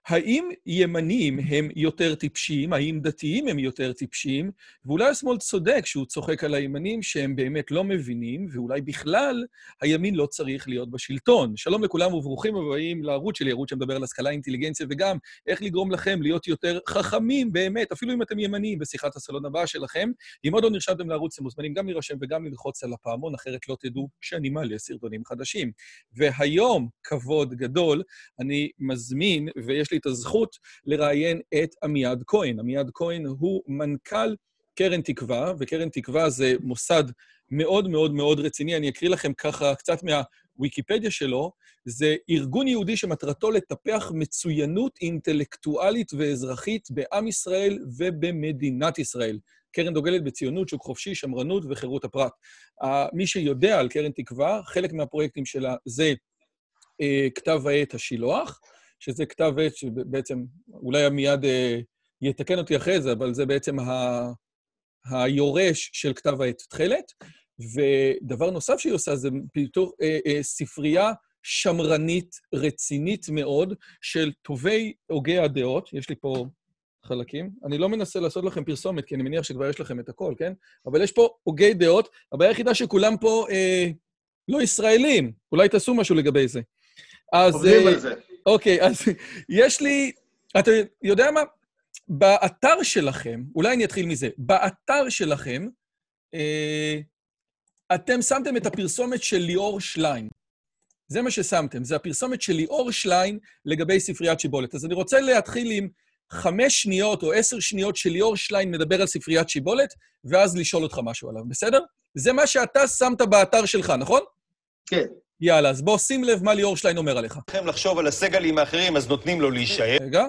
האם ימנים הם יותר טיפשים? האם דתיים הם יותר טיפשים? ואולי השמאל צודק שהוא צוחק על הימנים שהם באמת לא מבינים, ואולי בכלל הימין לא צריך להיות בשלטון. שלום לכולם וברוכים הבאים לערוץ שלי, ערוץ שמדבר על השכלה, אינטליגנציה, וגם איך לגרום לכם להיות יותר חכמים באמת, אפילו אם אתם ימנים בשיחת הסלון הבאה שלכם. אם עוד לא נרשמתם לערוץ, אתם מוזמנים גם להירשם וגם ללחוץ על הפעמון, אחרת לא תדעו שאני מעלה סרטונים חדשים. והיום, כבוד גדול, אני מזמין, ויש לי את הזכות לראיין את עמיעד כהן. עמיעד כהן הוא מנכ"ל קרן תקווה, וקרן תקווה זה מוסד מאוד מאוד מאוד רציני. אני אקריא לכם ככה קצת מהוויקיפדיה שלו. זה ארגון יהודי שמטרתו לטפח מצוינות אינטלקטואלית ואזרחית בעם ישראל ובמדינת ישראל. קרן דוגלת בציונות, שוק חופשי, שמרנות וחירות הפרט. מי שיודע על קרן תקווה, חלק מהפרויקטים שלה זה כתב העת השילוח, שזה כתב עת שבעצם, אולי מיד יתקן אותי אחרי זה, אבל זה בעצם היורש של כתב העת תכלת, ודבר נוסף שהיא עושה זה פתאום ספרייה שמרנית, רצינית מאוד, של טובי הוגי הדעות. יש לי פה חלקים. אני לא מנסה לעשות לכם פרסומת, כי אני מניח שכבר יש לכם את הכל, כן? אבל יש פה הוגי דעות, הבעיה היחידה שכולם פה לא ישראלים. אולי תעשו משהו לגבי זה. עובדים על זה. אוקיי, אז יש לי, אתה יודע מה? באתר שלכם, אולי אני אתחיל מזה, באתר שלכם, אתם שמתם את הפרסומת של ליאור שליין. זה מה ששמתם, זה הפרסומת של ליאור שליין לגבי ספריית שיבולת. אז אני רוצה להתחיל עם 5 שניות או 10 שניות של ליאור שליין מדבר על ספריית שיבולת, ואז לשאול אותך משהו עליו, בסדר? זה מה שאתה שמת באתר שלך, נכון? כן. יאללה, אז בוא שים לב מה ליאור שליין אומר עליך. לכם לחשוב על הסגלים האחרים, אז נותנים לו להישאר. רגע.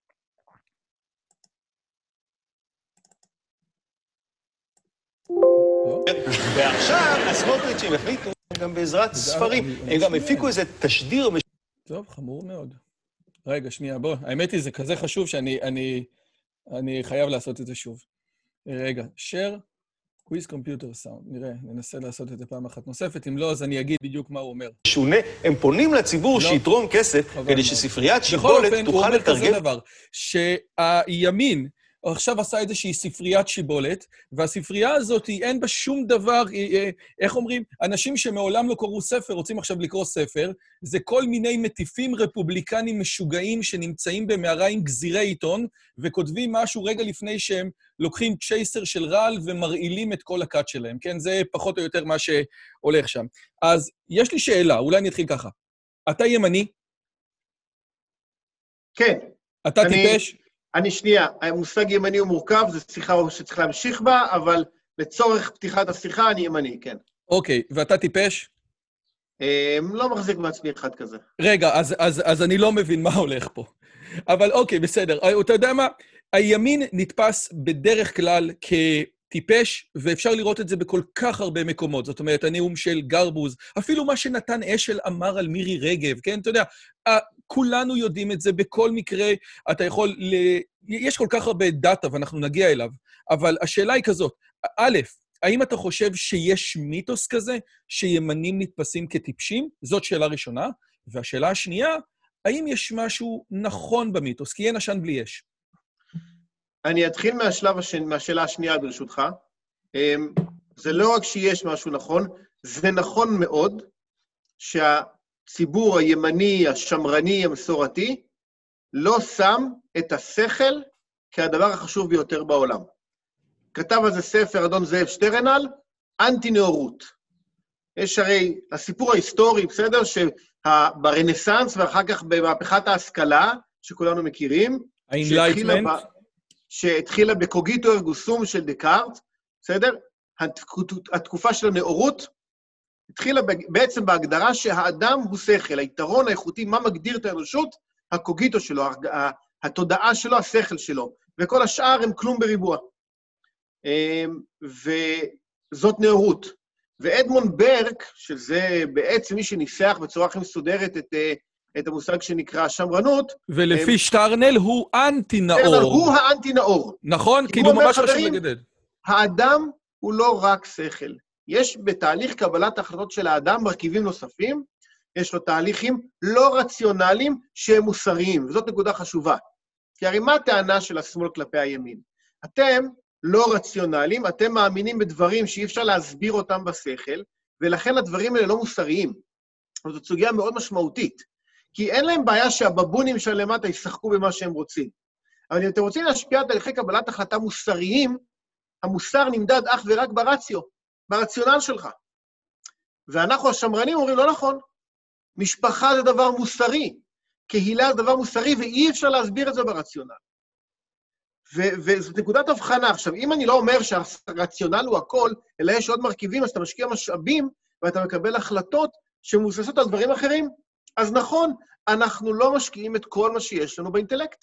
ועכשיו, הסמוטריצ'ים החליטו גם בעזרת ספרים. הם גם הפיקו איזה תשדיר. טוב, חמור מאוד. רגע, שנייה, בוא. האמת היא, זה כזה חשוב שאני חייב לעשות את זה שוב. רגע, share, quiz computer sound. נראה, ננסה לעשות את זה פעם אחת נוספת. אם לא, אז אני אגיד בדיוק מה הוא אומר. שונה, הם פונים לציבור שיתרום כסף, כדי שספריית שיבולת תוכל לתרגם. כזה דבר, שהימין עכשיו עשה איזושהי ספריית שיבולת, והספרייה הזאת אין בה שום דבר, איך אומרים? אנשים שמעולם לא קראו ספר, רוצים עכשיו לקרוא ספר, זה כל מיני מטיפים רפובליקנים משוגעים שנמצאים במערה עם גזירי עיתון, וכותבים משהו רגע לפני שהם לוקחים צ'ייסר של רעל ומרעילים את כל הקאט שלהם, כן? זה פחות או יותר מה שהולך שם. אז יש לי שאלה, אולי אני אתחיל ככה. אתה ימני? כן. אתה טיפש? אני שנייה, המושג ימני הוא מורכב, זו שיחה שצריך להמשיך בה, אבל לצורך פתיחת השיחה אני ימני, כן. אוקיי, ואתה טיפש? לא מחזיק מעצמי אחד כזה. רגע, אז אני לא מבין מה הולך פה. אבל אוקיי, בסדר. אתה יודע מה? הימין נתפס בדרך כלל כטיפש, ואפשר לראות את זה בכל כך הרבה מקומות. זאת אומרת, הנאום של גרבוז, אפילו מה שנתן אשל אמר על מירי רגב, כן? אתה יודע, כולנו יודעים את זה בכל מקרה, אתה יכול, יש כל כך הרבה דאטה ואנחנו נגיע אליו, אבל השאלה היא כזאת, א', האם אתה חושב שיש מיתוס כזה שימנים נתפסים כטיפשים? זאת שאלה ראשונה. והשאלה השנייה, האם יש משהו נכון במיתוס? כי אין עשן בלי אש. אני אתחיל מהשאלה השנייה ברשותך. זה לא רק שיש משהו נכון, זה נכון מאוד שהציבור הימני, השמרני, המסורתי, לא שם את השכל כהדבר החשוב ביותר בעולם. כתב על זה ספר אדון זאב שטרנהל, אנטי-נאורות. יש הרי הסיפור ההיסטורי, בסדר, שברנסנס ואחר כך במהפכת ההשכלה, שכולנו מכירים, שהתחילה בקוגיטו ארגוסום של דקארט, בסדר? התקופה של הנאורות התחילה בעצם בהגדרה שהאדם הוא שכל, היתרון האיכותי, מה מגדיר את האנושות? הקוגיטו שלו, התודעה שלו, השכל שלו, וכל השאר הם כלום בריבוע. וזאת נאורות. ואדמונד ברק, שזה בעצם מי שניסח בצורה הכי מסודרת את המושג שנקרא שמרנות, ולפי שטרנל הוא אנטי-נאור. שטרנל הוא האנטי-נאור. נכון? כאילו ממש חשוב לגדל. האדם הוא לא רק שכל. יש בתהליך קבלת ההחלטות של האדם מרכיבים נוספים, יש לו תהליכים לא רציונליים שהם מוסריים, וזאת נקודה חשובה. כי הרי מה הטענה של השמאל כלפי הימין? אתם לא רציונליים, אתם מאמינים בדברים שאי אפשר להסביר אותם בשכל, ולכן הדברים האלה לא מוסריים. זאת סוגיה מאוד משמעותית, כי אין להם בעיה שהבבונים של למטה ישחקו במה שהם רוצים. אבל אם אתם רוצים להשפיע על תהליכי קבלת החלטה מוסריים, המוסר נמדד אך ורק ברציו, ברציונל שלך. ואנחנו השמרנים אומרים, לא נכון, משפחה זה דבר מוסרי, קהילה זה דבר מוסרי, ואי אפשר להסביר את זה ברציונל. וזאת נקודת הבחנה. עכשיו, אם אני לא אומר שהרציונל הוא הכל, אלא יש עוד מרכיבים, אז אתה משקיע משאבים, ואתה מקבל החלטות שמבוססות על דברים אחרים, אז נכון, אנחנו לא משקיעים את כל מה שיש לנו באינטלקט.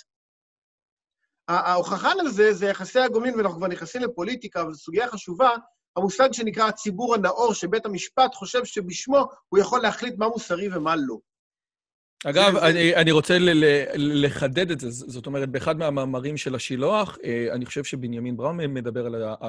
ההוכחה לזה זה יחסי הגומלין, ואנחנו כבר נכנסים לפוליטיקה, אבל זו סוגיה חשובה, המושג שנקרא הציבור הנאור, שבית המשפט חושב שבשמו הוא יכול להחליט מה מוסרי ומה לא. אגב, אני רוצה לחדד את זה, זאת אומרת, באחד מהמאמרים של השילוח, אני חושב שבנימין בראון מדבר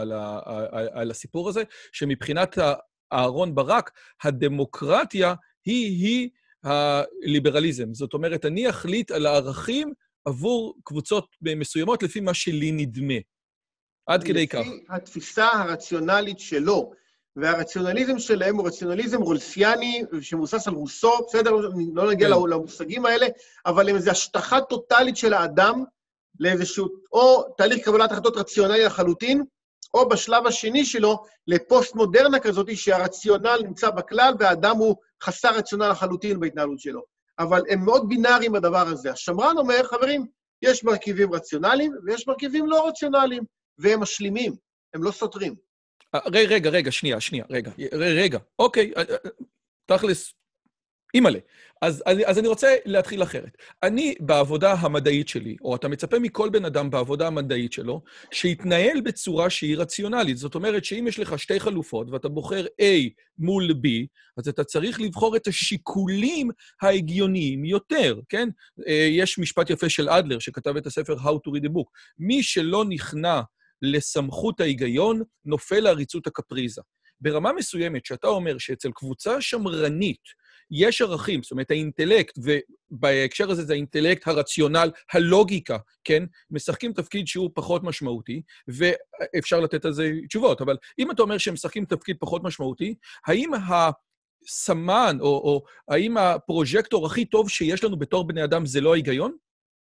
על הסיפור הזה, שמבחינת אהרון ברק, הדמוקרטיה היא הליברליזם. זאת אומרת, אני אחליט על הערכים עבור קבוצות מסוימות לפי מה שלי נדמה. עד כדי כך. לפי התפיסה הרציונלית שלו, והרציונליזם שלהם הוא רציונליזם רולסיאני, שמבוסס על רוסו, בסדר, לא נגיע למושגים האלה, אבל הם איזו השטחה טוטלית של האדם, לאיזשהו, או תהליך קבלת החלטות רציונלי לחלוטין, או בשלב השני שלו, לפוסט-מודרנה כזאת, שהרציונל נמצא בכלל, והאדם הוא חסר רציונל לחלוטין בהתנהלות שלו. אבל הם מאוד בינאריים בדבר הזה. השמרן אומר, חברים, יש מרכיבים רציונליים, ויש מרכיבים לא רציונליים, והם משלימים, הם לא סותרים. רגע, שנייה, רגע, אוקיי, תכלס, אימאלה. אז אני רוצה להתחיל אחרת. אני בעבודה המדעית שלי, או אתה מצפה מכל בן אדם בעבודה המדעית שלו, שיתנהל בצורה שהיא רציונלית. זאת אומרת שאם יש לך שתי חלופות, ואתה בוחר A מול B, אז אתה צריך לבחור את השיקולים ההגיוניים יותר, כן? יש משפט יפה של אדלר, שכתב את הספר How to read a book. מי שלא נכנע לסמכות ההיגיון, נופל לעריצות הקפריזה. ברמה מסוימת, שאתה אומר שאצל קבוצה שמרנית, יש ערכים, זאת אומרת, האינטלקט, ובהקשר הזה זה האינטלקט, הרציונל, הלוגיקה, כן? משחקים תפקיד שהוא פחות משמעותי, ואפשר לתת על זה תשובות, אבל אם אתה אומר שהם משחקים תפקיד פחות משמעותי, האם הסמן, או האם הפרוז'קטור הכי טוב שיש לנו בתור בני אדם זה לא ההיגיון?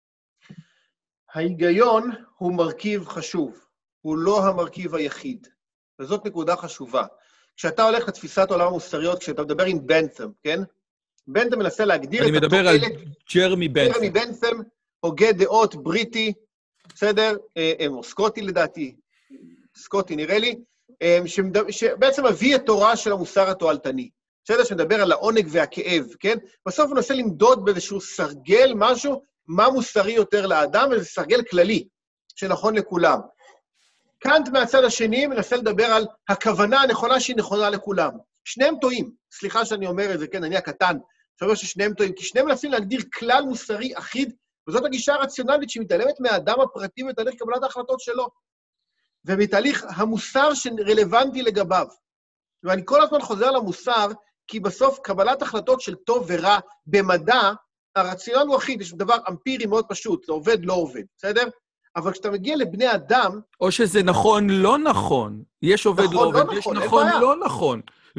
ההיגיון הוא מרכיב חשוב, הוא לא המרכיב היחיד, וזאת נקודה חשובה. כשאתה הולך לתפיסת עולם המוסריות, כשאתה מדבר עם בנת'ם, כן? בנת'ם מנסה להגדיר את התועלת... אני מדבר על ג'רמי בנת'ם. ג'רמי בנת'ם, הוגה דעות בריטי, בסדר? או סקוטי לדעתי, סקוטי נראה לי, שבעצם מביא את תורה של המוסר התועלתני. בסדר? שמדבר על העונג והכאב, כן? בסוף הוא מנסה למדוד באיזשהו סרגל משהו, מה מוסרי יותר לאדם, וזה סרגל כללי, שנכון לכולם. קאנט מהצד השני מנסה לדבר על הכוונה הנכונה שהיא נכונה לכולם. שניהם טועים. סליחה שאני אומר את זה, כן, אני הקטן. שאומר ששניהם טועים, כי שניהם מנסים להגדיר כלל מוסרי אחיד, וזאת הגישה הרציונלית שמתעלמת מהאדם הפרטי ותהליך קבלת ההחלטות שלו. ומתהליך המוסר שרלוונטי לגביו. ואני כל הזמן חוזר למוסר, כי בסוף קבלת החלטות של טוב ורע במדע, הרציונל הוא אחיד, יש דבר אמפירי מאוד פשוט, זה עובד, לא עובד, בסדר? אבל כשאתה מגיע לבני אדם... או שזה נכון, לא נכון. יש עובד, לא עובד, יש נכון, לא נכון.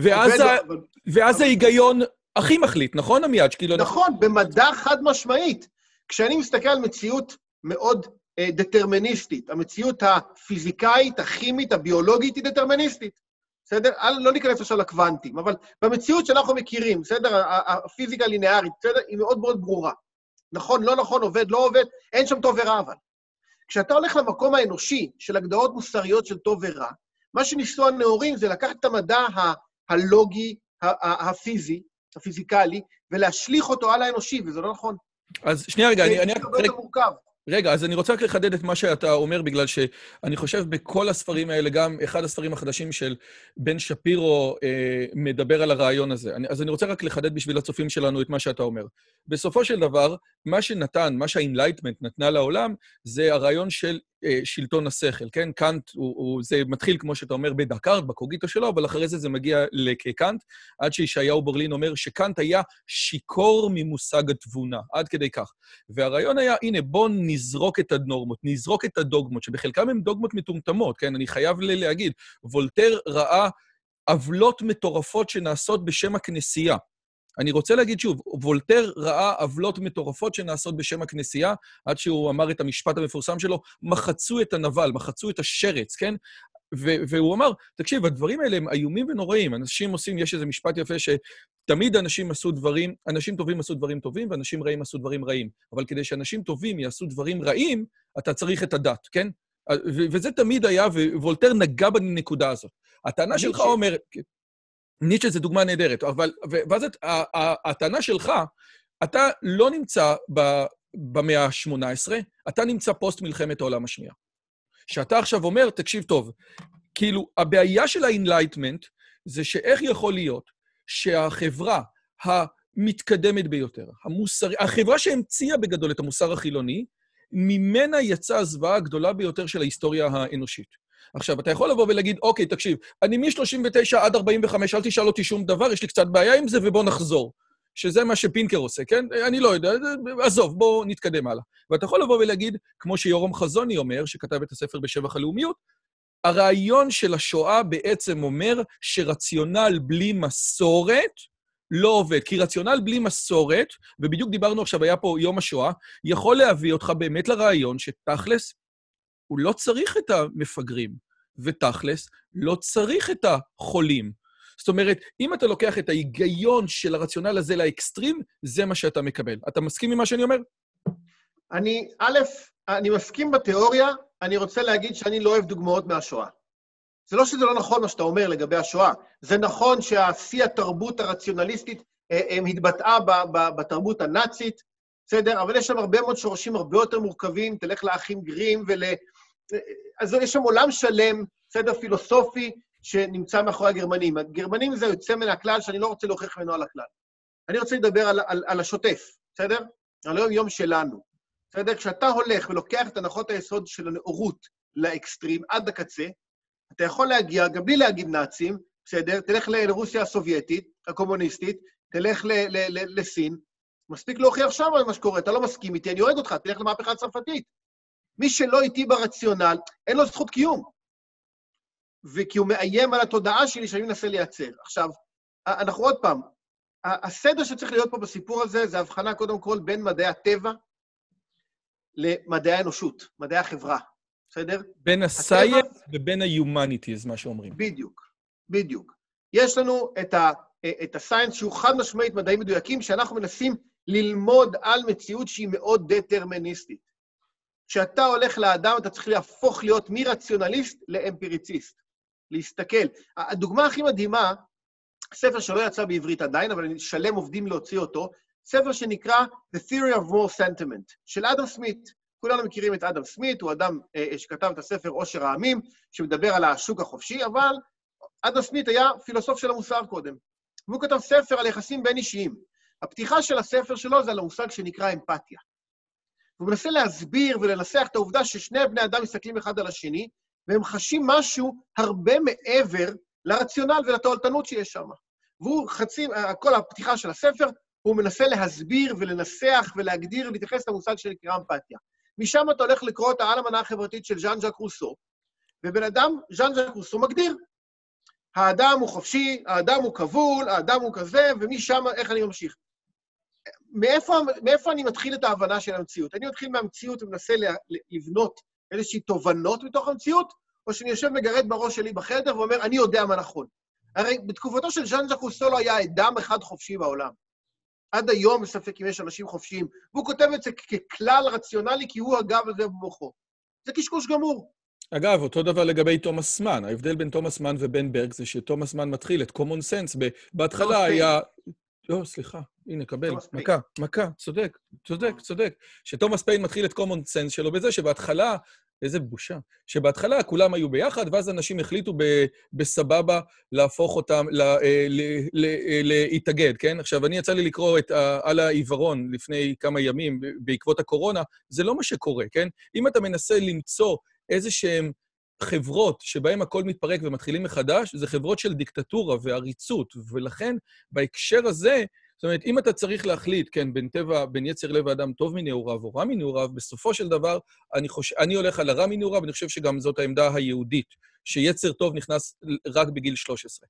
ואז ההיגיון הכי מחליט, נכון, עמיעד? נכון, במדע חד משמעית. כשאני מסתכל על מציאות מאוד דטרמיניסטית, המציאות הפיזיקאית, הכימית, הביולוגית היא דטרמיניסטית. בסדר? לא ניכנס עכשיו לקוונטים, אבל במציאות שאנחנו מכירים, בסדר? הפיזיקה הליניארית, בסדר? היא מאוד מאוד ברורה. נכון, לא נכון, עובד, לא עובד, אין שם טוב ורע, אבל. כשאתה הולך למקום האנושי של הגדרות מוסריות של טוב ורע, מה שניסו הנאורים זה לקחת את המדע הלוגי, הפיזי, הפיזיקלי, ולהשליך אותו על האנושי, וזה לא נכון. אז שנייה רגע, רגע, אז אני רוצה רק לחדד את מה שאתה אומר, בגלל שאני חושב בכל הספרים האלה, גם אחד הספרים החדשים של בן שפירו מדבר על הרעיון הזה. אז אני רוצה רק לחדד בשביל הצופים שלנו את מה שאתה אומר. בסופו של דבר, מה שהאינלייטמנט נתנה לעולם, זה הרעיון של שלטון השכל, כן? קאנט, זה מתחיל, כמו שאתה אומר, בדקארט, בקוגיטו שלו, אבל אחרי זה מגיע לקאנט, עד שישעיהו ברלין אומר שקאנט היה שיכור ממושג התבונה, עד כדי כך. והרעיון היה, הנה, בוא נזרוק את הנורמות, נזרוק את הדוגמות, שבחלקם הן דוגמות מטומטמות, כן? אני חייב להגיד, וולטר ראה עוולות מטורפות שנעשות בשם הכנסייה. אני רוצה להגיד שוב, וולטר ראה עוולות מטורפות שנעשות בשם הכנסייה, עד שהוא אמר את המשפט המפורסם שלו, מחצו את הנבל, מחצו את השרץ, כן? והוא אמר, תקשיב, הדברים האלה הם איומים ונוראים. אנשים עושים, יש איזה משפט יפה שתמיד אנשים עשו דברים, אנשים טובים עשו דברים טובים, ואנשים רעים עשו דברים רעים. אבל כדי שאנשים טובים יעשו דברים רעים, אתה צריך את הדת, כן? וזה תמיד היה, ווולטר נגע בנקודה הזאת. הטענה שלך אומרת, ניטשה זה דוגמה נהדרת, אבל, ואז הטענה שלך, אתה לא נמצא במאה ה-18, אתה נמצא פוסט מלחמת העולם השנייה. שאתה עכשיו אומר, תקשיב טוב, כאילו, הבעיה של ה-Enlightenment זה שאיך יכול להיות שהחברה המתקדמת ביותר, החברה שהמציאה בגדול את המוסר החילוני, ממנה יצאה הזוועה הגדולה ביותר של ההיסטוריה האנושית. עכשיו, אתה יכול לבוא ולהגיד, אוקיי, תקשיב, אני מ-39 עד 45, אל תשאל אותי שום דבר, יש לי קצת בעיה עם זה, ובוא נחזור. שזה מה שפינקר עושה, כן? אני לא יודע, עזוב, בוא נתקדם הלאה. ואתה יכול לבוא ולהגיד, כמו שיורם חזוני אומר, שכתב את הספר בשבח הלאומיות, הרעיון של השואה בעצם אומר שרציונל בלי מסורת לא עובד. כי רציונל בלי מסורת, ובדיוק דיברנו עכשיו, היה פה יום השואה, יכול להביא אותך באמת לרעיון שתכלס, הוא לא צריך את המפגרים, ותכלס, לא צריך את החולים. זאת אומרת, אם אתה לוקח את ההיגיון של הרציונל הזה לאקסטרים, זה מה שאתה מקבל. אתה מסכים עם מה שאני אומר? אני מסכים בתיאוריה, אני רוצה להגיד שאני לא אוהב דוגמאות מהשואה. זה לא שזה לא נכון מה שאתה אומר לגבי השואה, זה נכון שהשיא התרבות הרציונליסטית התבטאה בתרבות הנאצית, בסדר? אבל יש שם הרבה מאוד שורשים הרבה יותר מורכבים, תלך לאחים גרים אז יש שם עולם שלם, סדר פילוסופי, שנמצא מאחורי הגרמנים. הגרמנים זה יוצא מן הכלל שאני לא רוצה להוכיח ממנו על הכלל. אני רוצה לדבר על השוטף, בסדר? על היום שלנו. בסדר? כשאתה הולך ולוקח את הנחות היסוד של הנאורות לאקסטרים עד הקצה, אתה יכול להגיע, גם בלי להגיד נאצים, בסדר? תלך לרוסיה הסובייטית, הקומוניסטית, תלך לסין, מספיק להוכיח שם על מה שקורה, אתה לא מסכים איתי, אני הורג אותך, תלך למהפכה הצרפתית. מי שלא איתי ברציונל, אין לו זכות קיום. וכי הוא מאיים על התודעה שלי שאני מנסה לייצר. עכשיו, אנחנו עוד פעם, הסדר שצריך להיות פה בסיפור הזה, זה הבחנה קודם כל בין מדעי הטבע למדעי האנושות, מדעי החברה. בסדר? בין הסייאנס ובין ה-humanities, מה שאומרים. בדיוק, בדיוק. יש לנו את הסיינס שהוא חד משמעית מדעים מדויקים, שאנחנו מנסים ללמוד על מציאות שהיא מאוד דטרמיניסטית. כשאתה הולך לאדם, אתה צריך להפוך להיות מרציונליסט לאמפיריציסט. להסתכל. הדוגמה הכי מדהימה, ספר שלא יצא בעברית עדיין, אבל אני שלם עובדים להוציא אותו, ספר שנקרא The Theory of Moral Sentiment, של אדם סמית. כולנו מכירים את אדם סמית, הוא אדם שכתב את הספר עושר העמים, שמדבר על השוק החופשי, אבל אדם סמית היה פילוסוף של המוסר קודם. והוא כתב ספר על יחסים בין אישיים. הפתיחה של הספר שלו זה על המושג שנקרא אמפתיה. הוא מנסה להסביר ולנסח את העובדה ששני בני אדם מסתכלים אחד על השני, והם חשים משהו הרבה מעבר לרציונל ולתועלתנות שיש שם. והוא כל הפתיחה של הספר, הוא מנסה להסביר ולנסח ולהגדיר ולהתייחס למושג שנקרא אמפתיה. משם אתה הולך לקרוא את האמנה החברתית של ז'אן ז'אק רוסו, ובן אדם, ז'אן ז'אק רוסו מגדיר. האדם הוא חופשי, האדם הוא כבול, האדם הוא כזה, ומשם איך אני ממשיך. מאיפה אני מתחיל את ההבנה של המציאות? אני מתחיל מהמציאות ומנסה לבנות איזושהי תובנות מתוך המציאות, או שאני יושב מגרד בראש שלי בחדר ואומר, אני יודע מה נכון. הרי בתקופתו של ז'אן ז'אק רוסו לא היה אדם אחד חופשי בעולם. עד היום בספק אם יש אנשים חופשיים, והוא כותב את זה ככלל רציונלי, כי הוא הגב הזה במוחו. זה קשקוש גמור. אגב, אותו דבר לגבי תומאס מן. ההבדל בין תומאס מן ובן ברג זה שתומאס מן מתחיל את common sense. בהתחלה היה... לא, סליחה, הנה, קבל, מכה, צודק. שתומאס פיין מתחיל את common sense שלו בזה שבהתחלה, איזה בושה, שבהתחלה כולם היו ביחד, ואז אנשים החליטו בסבבה להפוך אותם, להתאגד, כן? עכשיו, אני יצא לי לקרוא על העיוורון לפני כמה ימים בעקבות הקורונה, זה לא מה שקורה, כן? אם אתה מנסה למצוא איזה שהן חברות שבהן הכל מתפרק ומתחילים מחדש, זה חברות של דיקטטורה ועריצות, ולכן בהקשר הזה, זאת אומרת, אם אתה צריך להחליט, כן, בין יצר לב האדם טוב מנעוריו או רע מנעוריו, בסופו של דבר, אני הולך על הרע מנעוריו, ואני חושב שגם זאת העמדה היהודית, שיצר טוב נכנס רק בגיל 13.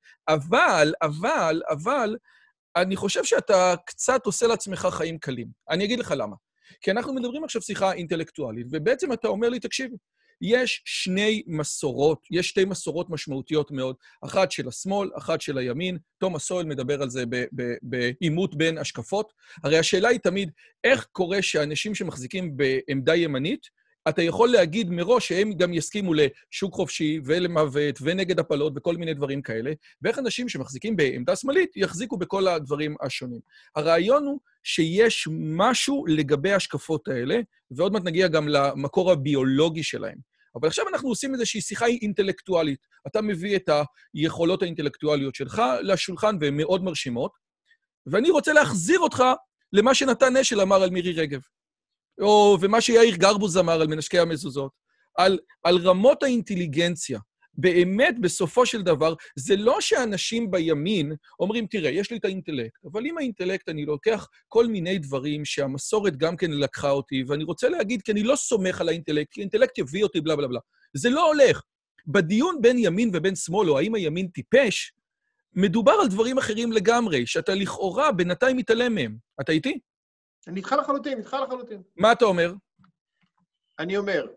אבל, אני חושב שאתה קצת עושה לעצמך חיים קלים. אני אגיד לך למה. כי אנחנו מדברים עכשיו שיחה אינטלקטואלית, ובעצם אתה אומר לי, תקשיב, יש שתי מסורות משמעותיות מאוד, אחת של השמאל, אחת של הימין. תומאס סואל מדבר על זה בעימות בין השקפות. הרי השאלה היא תמיד, איך קורה שאנשים שמחזיקים בעמדה ימנית, אתה יכול להגיד מראש שהם גם יסכימו לשוק חופשי ולמוות ונגד הפלות וכל מיני דברים כאלה, ואיך אנשים שמחזיקים בעמדה שמאלית יחזיקו בכל הדברים השונים. הרעיון הוא שיש משהו לגבי השקפות האלה, ועוד מעט נגיע גם למקור הביולוגי שלהם. אבל עכשיו אנחנו עושים איזושהי שיחה אינטלקטואלית. אתה מביא את היכולות האינטלקטואליות שלך לשולחן, והן מאוד מרשימות, ואני רוצה להחזיר אותך למה שנתן אשל אמר על מירי רגב. ומה שיאיר גרבוז אמר על מנשקי המזוזות, על רמות האינטליגנציה. באמת, בסופו של דבר, זה לא שאנשים בימין אומרים, תראה, יש לי את האינטלקט, אבל עם האינטלקט אני לוקח כל מיני דברים שהמסורת גם כן לקחה אותי, ואני רוצה להגיד, כי אני לא סומך על האינטלקט, כי האינטלקט יביא אותי בלה בלה בלה. זה לא הולך. בדיון בין ימין ובין שמאל, או האם הימין טיפש, מדובר על דברים אחרים לגמרי, שאתה לכאורה בינתיים מתעלם מהם. אתה איתי? אני איתך לחלוטין. מה אתה אומר? אני אומר,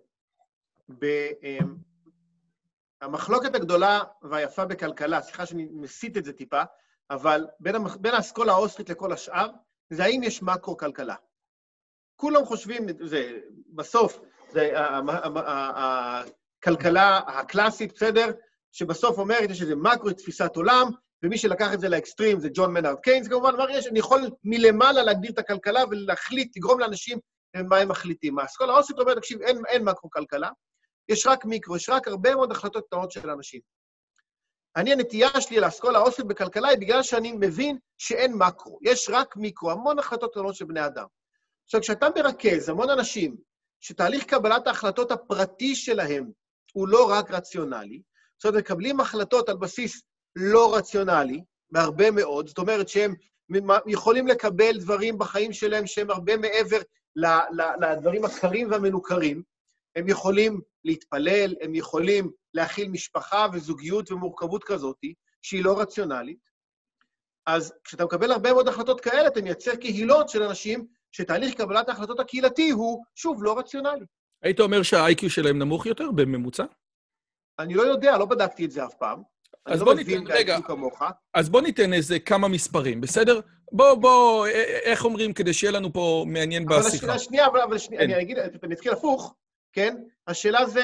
המחלוקת הגדולה והיפה בכלכלה, סליחה שאני מסית את זה טיפה, אבל בין האסכולה האוסטרית לכל השאר, זה האם יש מקרו-כלכלה. כולם חושבים, בסוף, זה הכלכלה הקלאסית, בסדר? שבסוף אומרת, יש איזה מקרו, תפיסת עולם, ומי שלקח את זה לאקסטרים זה ג'ון מנארד קיינס, כמובן, אני יכול מלמעלה להגדיר את הכלכלה ולהחליט, לגרום לאנשים מה הם מחליטים. האסכולה האוסטרית אומרת, תקשיב, אין מקרו-כלכלה, יש רק מיקרו, יש רק הרבה מאוד החלטות קטנות של אנשים. הנטייה שלי לאסכולה האוסטרית בכלכלה היא בגלל שאני מבין שאין מקרו, יש רק מיקרו, המון החלטות קטנות של בני אדם. עכשיו, כשאתה מרכז המון אנשים שתהליך קבלת ההחלטות הפרטי שלהם הוא לא רק רציונלי, זאת אומרת, מקבלים החלטות על בסיס לא רציונלי, בהרבה מאוד, זאת אומרת שהם יכולים לקבל דברים בחיים שלהם שהם הרבה מעבר לדברים הקרים והמנוכרים, הם יכולים להתפלל, הם יכולים להכיל משפחה וזוגיות ומורכבות כזאת, שהיא לא רציונלית. אז כשאתה מקבל הרבה מאוד החלטות כאלה, אתה מייצר קהילות של אנשים שתהליך קבלת ההחלטות הקהילתי הוא, שוב, לא רציונלי. היית אומר שה-IQ שלהם נמוך יותר בממוצע? אני לא יודע, לא בדקתי את זה אף פעם. אז בוא ניתן, רגע, אז בוא ניתן איזה כמה מספרים, בסדר? בוא, איך אומרים כדי שיהיה לנו פה מעניין בשיחה? אבל השנייה, אני אתחיל הפוך, כן? השאלה זה,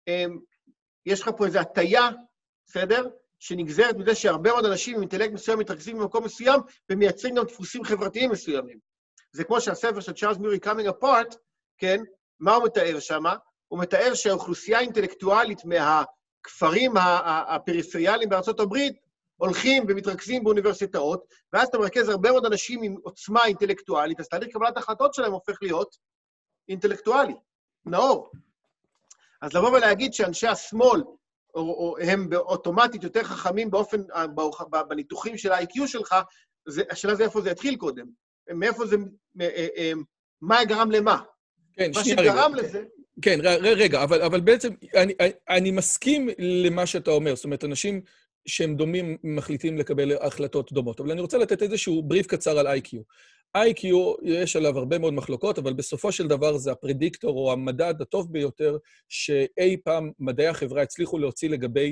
יש לך פה איזו הטיה, בסדר? שנגזרת מזה שהרבה מאוד אנשים עם אינטלקט מסוים מתרכזים במקום מסוים, ומייצרים גם דפוסים חברתיים מסוימים. זה כמו שהספר של צ'ארלס מיורי, Coming Apart, כן? מה הוא מתאר שם? הוא מתאר שהאוכלוסייה האינטלקטואלית מהכפרים הפריפריאליים בארצות הברית, הולכים ומתרכזים באוניברסיטאות, ואז אתה מרכז הרבה מאוד אנשים עם עוצמה אינטלקטואלית, אז תהליך קבלת ההחלטות שלהם הופך להיות אינטלקטואלי, נאור. אז לבוא ולהגיד שאנשי השמאל, הם אוטומטית יותר חכמים באופן, בניתוחים של ה-IQ שלך, השאלה זה איפה זה התחיל קודם. מאיפה זה, מה גרם למה? כן, מה שגרם לזה... כן, רגע, אבל בעצם אני מסכים למה שאתה אומר, זאת אומרת, אנשים שהם דומים מחליטים לקבל החלטות דומות, אבל אני רוצה לתת איזשהו בריף קצר על IQ. IQ, יש עליו הרבה מאוד מחלוקות, אבל בסופו של דבר זה הפרדיקטור או המדד הטוב ביותר שאי פעם מדעי החברה הצליחו להוציא לגבי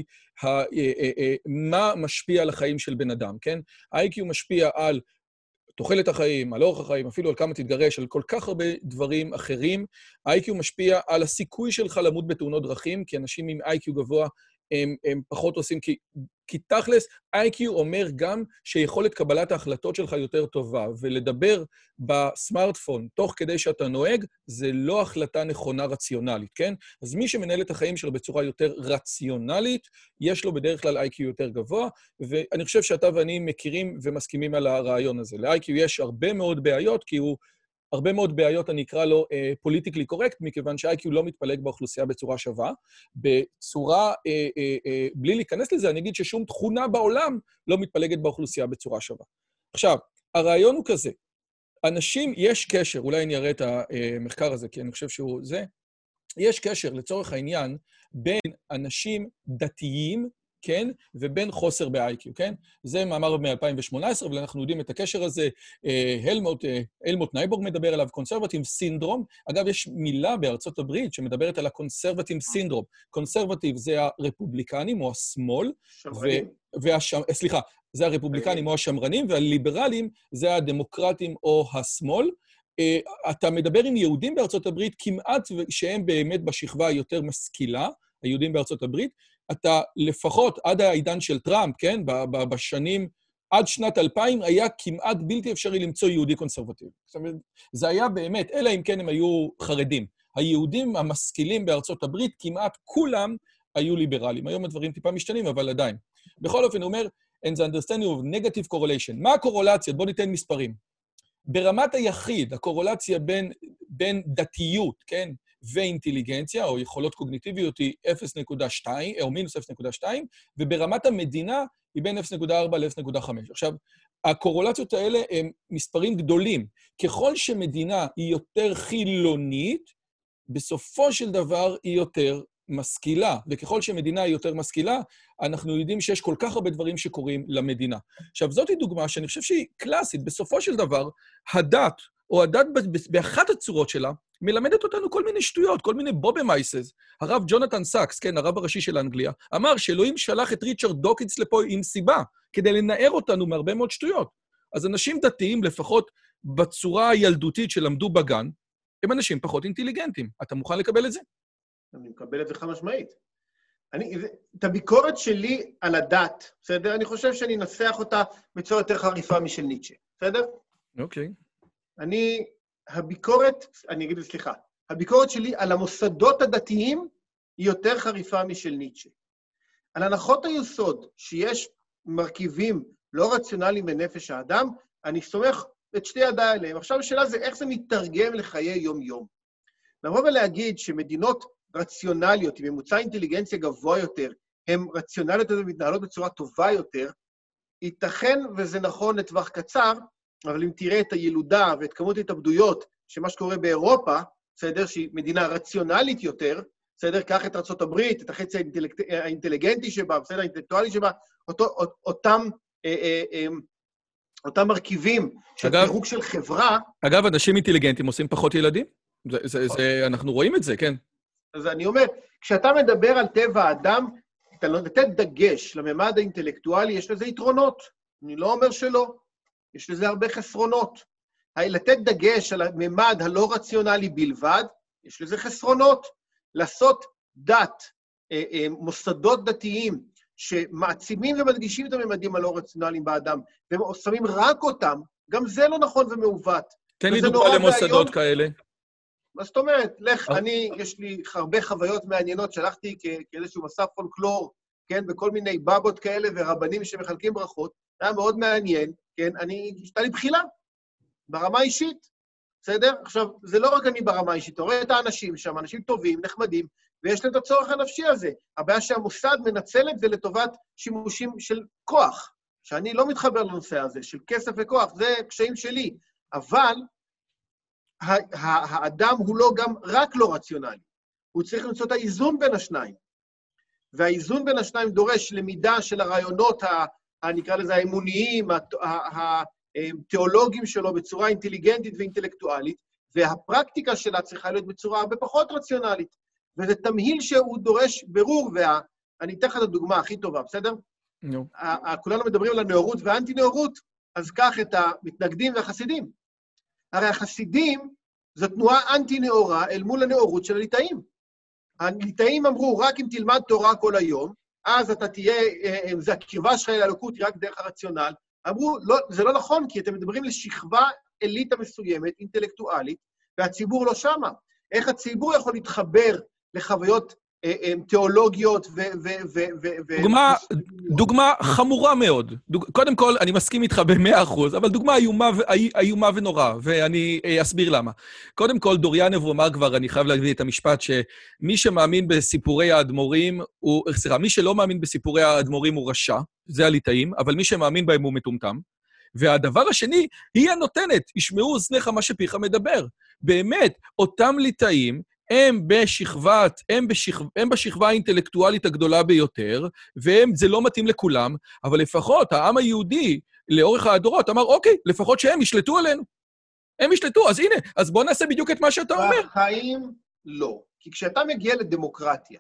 מה משפיע על החיים של בן אדם, כן? ה-IQ משפיע על תוחלת החיים, על אורח החיים, אפילו על כמה תתגרש, על כל כך הרבה דברים אחרים. ה-IQ משפיע על הסיכוי שלך למות בתאונות דרכים, כי אנשים עם IQ גבוה הם פחות עושים, כי תכלס, IQ אומר גם שיכולת קבלת ההחלטות שלך יותר טובה, ולדבר בסמארטפון תוך כדי שאתה נוהג, זה לא החלטה נכונה רציונלית, כן? אז מי שמנהל את החיים שלו בצורה יותר רציונלית, יש לו בדרך כלל IQ יותר גבוה, ואני חושב שאתה ואני מכירים ומסכימים על הרעיון הזה. ל-IQ יש הרבה מאוד בעיות, כי הוא הרבה מאוד בעיות, אני אקרא לו פוליטיקלי קורקט, מכיוון שה-IQ לא מתפלג באוכלוסייה בצורה שווה. בצורה, בלי להיכנס לזה, אני אגיד ששום תכונה בעולם לא מתפלגת באוכלוסייה בצורה שווה. עכשיו, הרעיון הוא כזה, אנשים, יש קשר, אולי אני אראה את המחקר הזה, כי אני חושב שהוא זה, יש קשר לצורך העניין בין אנשים דתיים, כן, ובין חוסר ב-IQ, כן? זה מאמר מ-2018, אבל אנחנו יודעים את הקשר הזה, הלמוט נייבורג מדבר עליו, קונסרבטיב סינדרום. אגב, יש מילה בארצות הברית שמדברת על הקונסרבטיב סינדרום. קונסרבטיב זה הרפובליקנים או השמאל, סליחה, זה הרפובליקנים או השמרנים, והליברלים זה הדמוקרטים או השמאל. אתה מדבר עם יהודים בארצות הברית, כמעט שהם באמת בשכבה היותר משכילה, היהודים בארצות הברית, אתה לפחות עד העידן של טראמפ, כן, בשנים, עד שנת 2000, היה כמעט בלתי אפשרי למצוא יהודי קונסרבטיבי. זאת אומרת, זה היה באמת, אלא אם כן הם היו חרדים. היהודים המשכילים בארצות הברית, כמעט כולם היו ליברלים. היום הדברים טיפה משתנים, אבל עדיין. בכל אופן, הוא אומר, and the understanding of negative correlation. מה הקורולציה? בוא ניתן מספרים. ברמת היחיד, הקורולציה בין דתיות, כן, ואינטליגנציה, או יכולות קוגניטיביות, היא 0.2, או מינוס 0.2, וברמת המדינה היא בין 0.4 ל-0.5. עכשיו, הקורולציות האלה הם מספרים גדולים. ככל שמדינה היא יותר חילונית, בסופו של דבר היא יותר משכילה, וככל שמדינה היא יותר משכילה, אנחנו יודעים שיש כל כך הרבה דברים שקורים למדינה. עכשיו, זאת היא דוגמה שאני חושב שהיא קלאסית. בסופו של דבר, הדת, או הדת באחת הצורות שלה, מלמדת אותנו כל מיני שטויות, כל מיני בובמייסס. הרב ג'ונתן סאקס, כן, הרב הראשי של אנגליה, אמר שאלוהים שלח את ריצ'רד דוקינס לפה עם סיבה, כדי לנער אותנו מהרבה מאוד שטויות. אז אנשים דתיים, לפחות בצורה הילדותית שלמדו בגן, הם אנשים פחות אינטליגנטים. אתה מוכן לקבל את זה? אני מקבל את זה חד משמעית. את הביקורת שלי על הדת, בסדר? אני חושב שאני אנסח אותה בצורה יותר חריפה משל ניטשה, בסדר? אוקיי. הביקורת שלי על המוסדות הדתיים היא יותר חריפה משל ניטשה. על הנחות היסוד שיש מרכיבים לא רציונליים בנפש האדם, אני סומך את שתי ידיי עליהם. עכשיו השאלה זה איך זה מתרגם לחיי יום-יום. לבוא ולהגיד שמדינות רציונליות, עם ממוצע אינטליגנציה גבוה יותר, הן רציונליות ומתנהלות בצורה טובה יותר, ייתכן וזה נכון לטווח קצר, אבל אם תראה את הילודה ואת כמות התאבדויות, שמה שקורה באירופה, בסדר, שהיא מדינה רציונלית יותר, בסדר, קח את ארצות הברית, את החצי האינטליגנטי שבה, בסדר, האינטלקטואלי שבה, אותם מרכיבים של פירוק של חברה... אגב, אנשים אינטליגנטים עושים פחות ילדים? אנחנו רואים את זה, כן. אז אני אומר, כשאתה מדבר על טבע האדם, אתה לתת דגש לממד האינטלקטואלי, יש לזה יתרונות. אני לא אומר שלא. יש לזה הרבה חסרונות. לתת דגש על הממד הלא רציונלי בלבד, יש לזה חסרונות. לעשות דת, מוסדות דתיים, שמעצימים ומדגישים את הממדים הלא רציונליים באדם, ושמים רק אותם, גם זה לא נכון ומעוות. תן לי דוגמה למוסדות כאלה. מה זאת אומרת? יש לי הרבה חוויות מעניינות, שלחתי כאיזשהו מסע פולקלור, כן, בכל מיני בבות כאלה ורבנים שמחלקים ברכות, היה מאוד מעניין, כן, הייתה לי בחילה, ברמה אישית, בסדר? עכשיו, זה לא רק אני ברמה אישית, אתה רואה את האנשים שם, אנשים טובים, נחמדים, ויש להם את הצורך הנפשי הזה. הבעיה שהמוסד מנצל את זה לטובת שימושים של כוח, שאני לא מתחבר לנושא הזה, של כסף וכוח, זה קשיים שלי, אבל האדם הוא לא גם רק לא רציונלי, הוא צריך למצוא את האיזון בין השניים, והאיזון בין השניים דורש למידה של הרעיונות, נקרא לזה האמוניים, התיאולוגיים שלו בצורה אינטליגנטית ואינטלקטואלית, והפרקטיקה שלה צריכה להיות בצורה הרבה פחות רציונלית, וזה תמהיל שהוא דורש ברור, אני אתן לך את הדוגמה הכי טובה, בסדר? כולנו מדברים על הנאורות והאנטי-נאורות, אז קח את המתנגדים והחסידים. הרי החסידים זו תנועה אנטי-נאורה אל מול הנאורות של הליטאים. הליטאים אמרו, רק אם תלמד תורה כל היום, אז אתה תהיה, זה הקרבה שלך אל האלוקות, היא רק דרך הרציונל. אמרו, לא, זה לא נכון, כי אתם מדברים לשכבה אליטה מסוימת, אינטלקטואלית, והציבור לא שמה. איך הציבור יכול להתחבר לחוויות תיאולוגיות דוגמה חמורה מאוד. קודם כל, אני מסכים איתך ב100%, אבל דוגמה איומה ונורא, ואני אסביר למה. קודם כל, דוריאנוב אמר כבר, אני חייב להביא את המשפט, שמי שמאמין בסיפורי האדמו"רים, מי שלא מאמין בסיפורי האדמו"רים הוא רשע, זה הליטאים, אבל מי שמאמין בהם הוא מטומטם. והדבר השני, היא הנותנת, ישמעו אוזניך מה שפיך מדבר. באמת, אותם ליטאים, הם בשכבה האינטלקטואלית הגדולה ביותר, זה לא מתאים לכולם, אבל לפחות העם היהודי, לאורך הדורות, אמר, אוקיי, לפחות שהם ישלטו עלינו. הם ישלטו, אז הנה, אז בוא נעשה בדיוק את מה שאתה אומר. בחיים לא. כי כשאתה מגיע לדמוקרטיה,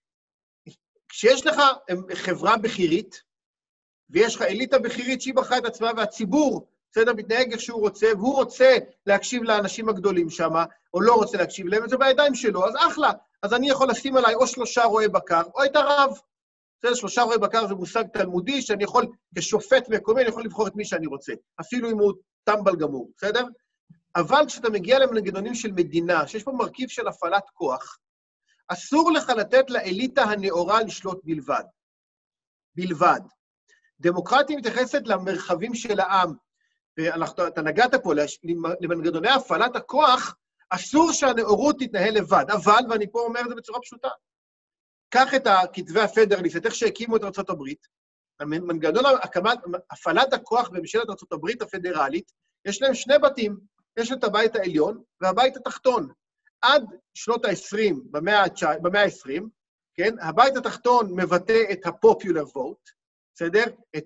כשיש לך חברה בכירית, ויש לך אליטה בכירית שהיא בחרה את עצמה, והציבור, בסדר, מתנהג איך שהוא רוצה, והוא רוצה להקשיב לאנשים הגדולים שם, או לא רוצה להקשיב להם, וזה בידיים שלו, אז אחלה. אז אני יכול לשים עליי או 3 רועי בקר, או את הרב. בסדר, 3 רועי בקר זה מושג תלמודי, שאני יכול, כשופט מקומי, אני יכול לבחור את מי שאני רוצה, אפילו אם הוא טמבל גמור, בסדר? אבל כשאתה מגיע למנגנונים של מדינה, שיש פה מרכיב של הפעלת כוח, אסור לך לתת לאליטה הנאורה לשלוט בלבד. בלבד. דמוקרטיה מתייחסת למרחבים של העם, ואתה נגעת פה, למנגנוני הפעלת הכוח, אסור שהנאורות תתנהל לבד, אבל, ואני פה אומר את זה בצורה פשוטה, קח את כתבי הפדרליסט, איך שהקימו את ארצות הברית, מנגנון הפעלת הכוח בממשלת ארצות הברית הפדרלית, יש להם 2 בתים, יש את הבית העליון והבית התחתון. עד שנות ה-20, במאה ה-20, כן, הבית התחתון מבטא את ה-popular vote, בסדר?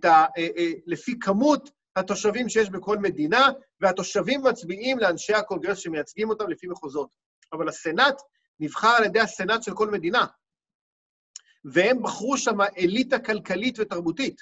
לפי כמות התושבים שיש בכל מדינה, והתושבים מצביעים לאנשי הקונגרס שמייצגים אותם לפי מחוזות. אבל הסנאט נבחר על ידי הסנאט של כל מדינה, והם בחרו שם אליטה כלכלית ותרבותית.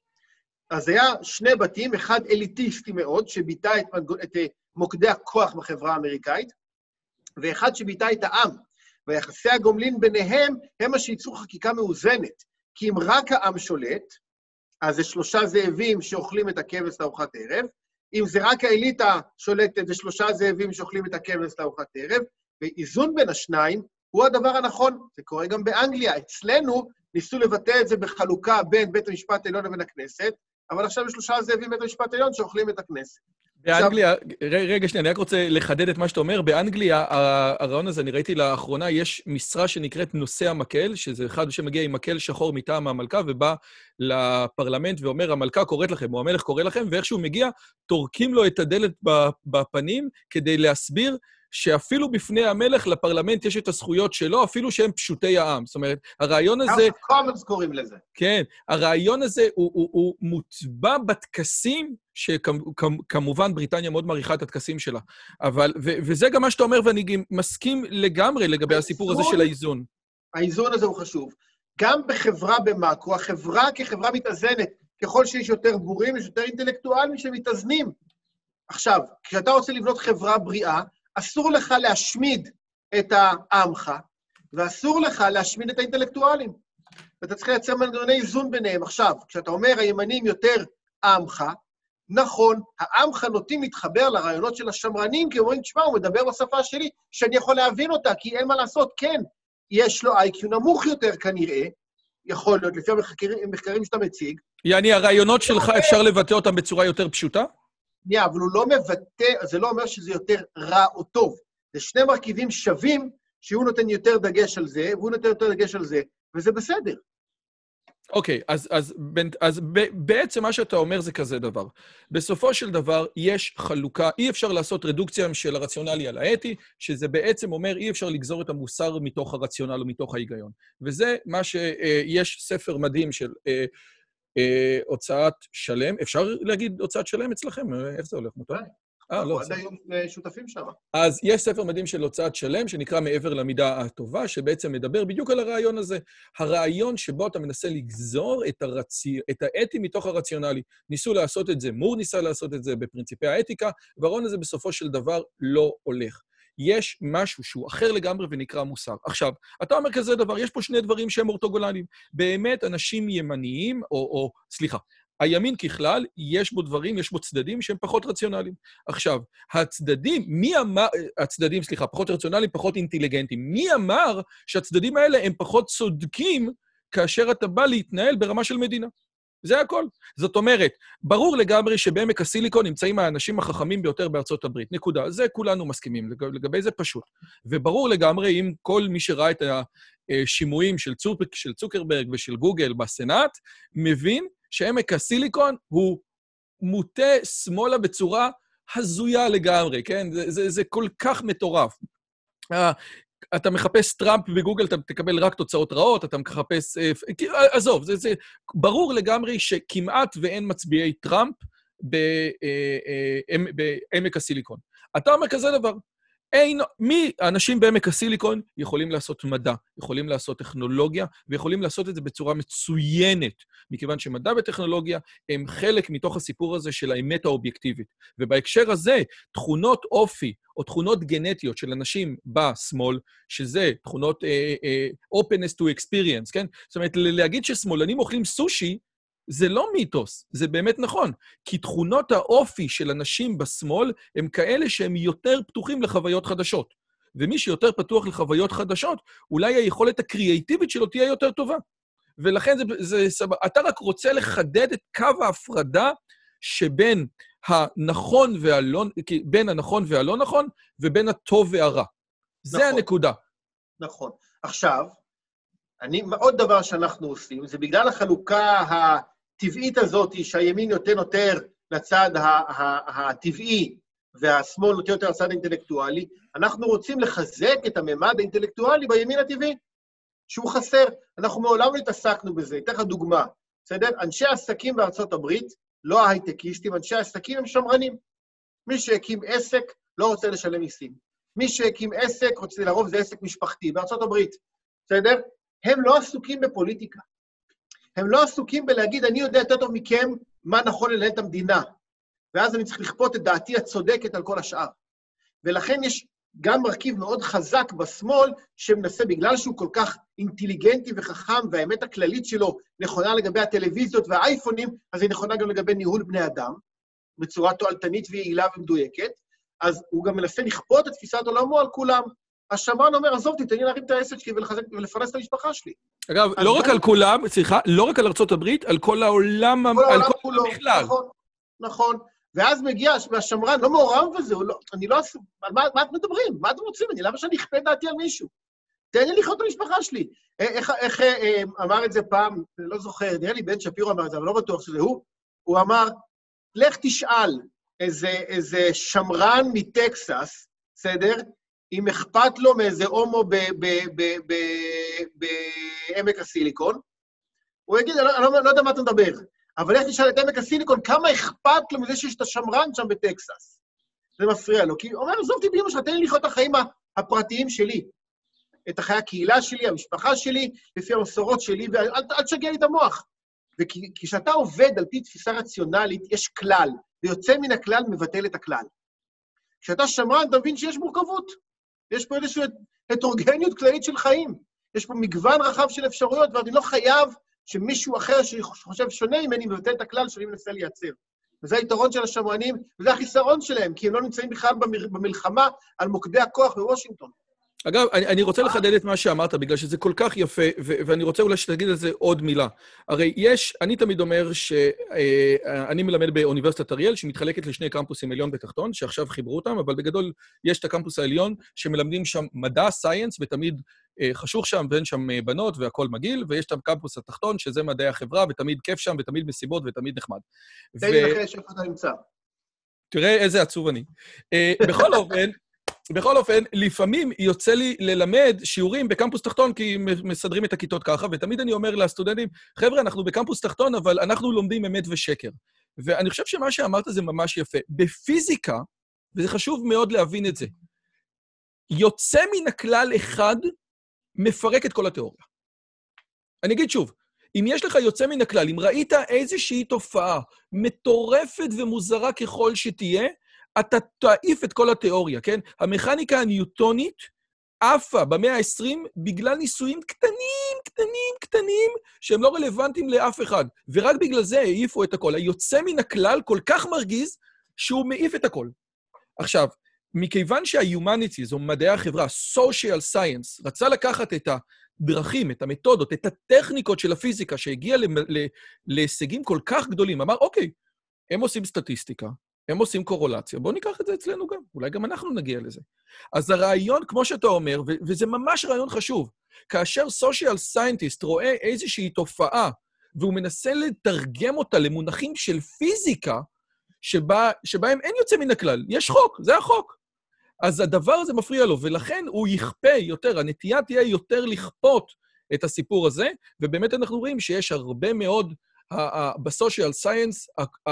אז היה 2 בתים, אחד אליטיסטי מאוד, שביטא את מוקדי הכוח בחברה האמריקאית, ואחד שביטא את העם, ויחסי הגומלין ביניהם הם מה שייצרו חקיקה מאוזנת, כי אם רק העם שולט, אז זה 3 זאבים שאוכלים את הכבש לארוחת ערב, אם זה רק האליטה שולטת, זה 3 זאבים שאוכלים את הכבש לארוחת ערב, ואיזון בין השניים הוא הדבר הנכון. זה קורה גם באנגליה. אצלנו ניסו לבטא את זה בחלוקה בין בית המשפט העליון לבין הכנסת, אבל עכשיו יש 3 זאבים בית המשפט העליון שאוכלים את הכנסת. באנגליה, רגע שנייה, אני רק רוצה לחדד את מה שאתה אומר. באנגליה, הרעיון הזה, אני ראיתי לאחרונה, יש משרה שנקראת נושא המקל, שזה אחד שמגיע עם מקל שחור מטעם המלכה, ובא לפרלמנט ואומר, המלכה קוראת לכם, או המלך קורא לכם, ואיכשהו מגיע, תורקים לו את הדלת בפנים, כדי להסביר שאפילו בפני המלך, לפרלמנט יש את הזכויות שלו, אפילו שהם פשוטי העם. זאת אומרת, הרעיון הזה... קומנס קוראים לזה. כן, הרעיון הזה הוא מוטבע בטקסים, שכמובן בריטניה מאוד מעריכה את הטקסים שלה. וזה גם מה שאתה אומר, ואני מסכים לגמרי לגבי הסיפור הזה של האיזון. האיזון הזה הוא חשוב. גם בחברה במאקרו, החברה כחברה מתאזנת, ככל שיש יותר בורים, יש יותר אינטלקטואלים שמתאזנים. עכשיו, כשאתה רוצה לבנות חברה בריאה, אסור לך להשמיד את העמך, ואסור לך להשמיד את האינטלקטואלים. ואתה צריך לייצר מנגנוני איזון ביניהם. עכשיו, כשאתה אומר, הימנים יותר עמך, נכון, העמך נוטים להתחבר לרעיונות של השמרנים, כי אומרים, תשמע, הוא מדבר בשפה שלי, שאני יכול להבין אותה, כי אין מה לעשות, כן, יש לו איי-קיו נמוך יותר כנראה, יכול להיות, לפי המחקרים שאתה מציג. יעני, הרעיונות שלך אפשר לבטא אותם בצורה יותר פשוטה? אבל הוא לא מבטא, זה לא אומר שזה יותר רע או טוב. זה 2 מרכיבים שווים, שהוא נותן יותר דגש על זה, והוא נותן יותר דגש על זה, וזה בסדר. אוקיי, אז בעצם מה שאתה אומר זה כזה דבר. בסופו של דבר יש חלוקה, אי אפשר לעשות רדוקציה של הרציונלי על האתי, שזה בעצם אומר אי אפשר לגזור את המוסר מתוך הרציונל או מתוך ההיגיון. וזה מה שיש ספר מדהים של הוצאת שלם. אפשר להגיד הוצאת שלם אצלכם? איך זה הולך? מותר? לא. עד היום שותפים שם. אז יש ספר מדהים של הוצאת שלם, שנקרא מעבר למידה הטובה, שבעצם מדבר בדיוק על הרעיון הזה. הרעיון שבו אתה מנסה לגזור את האתי מתוך הרציונלי. ניסו לעשות את זה, מור ניסה לעשות את זה בפרינציפי האתיקה, והרעיון הזה בסופו של דבר לא הולך. יש משהו שהוא אחר לגמרי ונקרא מוסר. עכשיו, אתה אומר כזה דבר, יש פה 2 דברים שהם אורתוגונליים. באמת אנשים ימניים, סליחה, הימין ככלל, יש בו דברים, יש בו צדדים שהם פחות רציונליים. עכשיו, הצדדים, פחות רציונליים, פחות אינטליגנטיים. מי אמר שהצדדים האלה הם פחות צודקים כאשר אתה בא להתנהל ברמה של מדינה? זה הכל. זאת אומרת, ברור לגמרי שבעמק הסיליקון נמצאים האנשים החכמים ביותר בארצות הברית. נקודה. זה כולנו מסכימים. לגבי זה פשוט. וברור לגמרי, אם כל מי שראה את השימועים של צוקרברג ושל גוגל בסנאט, מבין שעמק הסיליקון הוא מוטה שמאלה בצורה הזויה לגמרי, כן? זה כל כך מטורף. אתה מחפש טראמפ בגוגל, אתה תקבל רק תוצאות רעות, אתה מחפש... עזוב, זה ברור לגמרי שכמעט ואין מצביעי טראמפ בעמק הסיליקון. אתה אומר כזה דבר. האנשים בעמק הסיליקון יכולים לעשות מדע, יכולים לעשות טכנולוגיה, ויכולים לעשות את זה בצורה מצוינת, מכיוון שמדע וטכנולוגיה הם חלק מתוך הסיפור הזה של האמת האובייקטיבית. ובהקשר הזה, תכונות אופי, או תכונות גנטיות של אנשים בשמאל, שזה תכונות openness to experience, כן? זאת אומרת, להגיד ששמאלנים אוכלים סושי, זה לא מיתוס, זה באמת נכון. כי תכונות האופי של אנשים בשמאל הם כאלה שהם יותר פתוחים לחוויות חדשות. ומי שיותר פתוח לחוויות חדשות, אולי היכולת הקריאטיבית שלו תהיה יותר טובה. ולכן אתה רק רוצה לחדד את קו ההפרדה שבין הנכון והלא, בין הנכון והלא נכון, ובין הטוב והרע. זה הנקודה. נכון. עכשיו, עוד דבר שאנחנו עושים, זה בגלל החלוקה הטבעית הזאת, שהימין נותן יותר לצד הטבעי, והשמאל נותן יותר לצד האינטלקטואלי, אנחנו רוצים לחזק את הממד האינטלקטואלי בימין הטבעי, שהוא חסר. אנחנו מעולם לא התעסקנו בזה. אתן לך דוגמה, בסדר? אנשי העסקים בארצות הברית, לא ההייטקיסטים, אנשי העסקים הם שמרנים. מי שהקים עסק לא רוצה לשלם מיסים. מי שהקים עסק, לרוב זה עסק משפחתי בארצות הברית, בסדר? הם לא עסוקים בפוליטיקה. הם לא עסוקים בלהגיד, אני יודע יותר טוב מכם מה נכון לנהל את המדינה, ואז אני צריך לכפות את דעתי הצודקת על כל השאר. ולכן יש גם מרכיב מאוד חזק בשמאל, שמנסה, בגלל שהוא כל כך אינטליגנטי וחכם, והאמת הכללית שלו נכונה לגבי הטלוויזיות והאייפונים, אז היא נכונה גם לגבי ניהול בני אדם, בצורה תועלתנית ויעילה ומדויקת, אז הוא גם מנסה לכפות את תפיסת עולמו על כולם. השמרן אומר, עזוב, תתן לי להרים את העסק שלי ולפרנס את המשפחה שלי. אגב, לא רק על כולם, לא רק על ארצות הברית, על כל העולם, על כל העולם בכלל. נכון. ואז מגיע, והשמרן לא מעורב בזה, אני לא עשו, מה אתם מדברים? מה אתם רוצים? למה שאני אכפה דעתי על מישהו? תן לי לחיות את המשפחה שלי. איך אמר את זה פעם, לא זוכר, נראה לי בן שפירו אמר את זה, אבל לא בטוח שזה הוא אמר, לך תשאל איזה שמרן מטקסס, בסדר? אם אכפת לו מאיזה הומו בעמק הסיליקון, הוא יגיד, אני לא יודע מה אתה מדבר, אבל איך תשאל את עמק הסיליקון, כמה אכפת לו מזה שיש את השמרן שם בטקסס? זה מפריע לו, כי הוא אומר, עזוב אותי באמא שלך, תן לי לחיות את החיים הפרטיים שלי, את החיי הקהילה שלי, המשפחה שלי, לפי המסורות שלי, ואל תשגע לי את המוח. וכשאתה עובד על פי תפיסה רציונלית, יש כלל, ויוצא מן הכלל מבטל את הכלל. כשאתה שמרן, אתה מבין שיש מורכבות. יש פה איזושהי הטרוגניות כללית של חיים. יש פה מגוון רחב של אפשרויות, ואני לא חייב שמישהו אחר שחושב שונה ממני מבטל את הכלל שאני מנסה לייצר. וזה היתרון של השמרנים, וזה החיסרון שלהם, כי הם לא נמצאים בכלל במלחמה על מוקדי הכוח בוושינגטון. אגב, אני רוצה לחדד את מה שאמרת, בגלל שזה כל כך יפה, ואני רוצה אולי שתגיד על זה עוד מילה. הרי אני תמיד אומר שאני מלמד באוניברסיטת אריאל, שמתחלקת לשני קמפוסים עליון ותחתון, שעכשיו חיברו אותם, אבל בגדול יש את הקמפוס העליון, שמלמדים שם מדע, סייאנס, ותמיד חשוך שם, ואין שם בנות, והכל מגיל, ויש את הקמפוס התחתון, שזה מדעי החברה, ותמיד כיף שם, ותמיד מסיבות, ותמיד נחמד. תן לי לחש איפה אתה נמצא. תראה איזה עצוב אני. בכל אופן, לפעמים יוצא לי ללמד שיעורים בקמפוס תחתון, כי מסדרים את הכיתות ככה, ותמיד אני אומר לסטודנטים, חבר'ה, אנחנו בקמפוס תחתון, אבל אנחנו לומדים אמת ושקר. ואני חושב שמה שאמרת זה ממש יפה. בפיזיקה, וזה חשוב מאוד להבין את זה, יוצא מן הכלל אחד, מפרק את כל התיאוריה. אני אגיד שוב, אם יש לך יוצא מן הכלל, אם ראית איזושהי תופעה מטורפת ומוזרה ככל שתהיה, אתה תעיף את כל התיאוריה, כן? המכניקה הניוטונית, עפה במאה ה-20 בגלל ניסויים קטנים, שהם לא רלוונטיים לאף אחד. ורק בגלל זה העיפו את הכל. היוצא מן הכלל כל כך מרגיז שהוא מעיף את הכל. עכשיו, מכיוון שה-humanities, או מדעי החברה, social science, רצה לקחת את הדרכים, את המתודות, את הטכניקות של הפיזיקה, שהגיעה להישגים כל כך גדולים, אמר, אוקיי, הם עושים סטטיסטיקה, הם עושים קורולציה, בואו ניקח את זה אצלנו גם, אולי גם אנחנו נגיע לזה. אז הרעיון, כמו שאתה אומר, וזה ממש רעיון חשוב, כאשר social scientist רואה איזושהי תופעה, והוא מנסה לתרגם אותה למונחים של פיזיקה, שבהם אין יוצא מן הכלל. יש חוק, זה החוק. אז הדבר הזה מפריע לו, ולכן הוא יכפה יותר, הנטייה תהיה יותר לכפות את הסיפור הזה, ובאמת אנחנו רואים שיש הרבה מאוד, בסושיאל סיינס,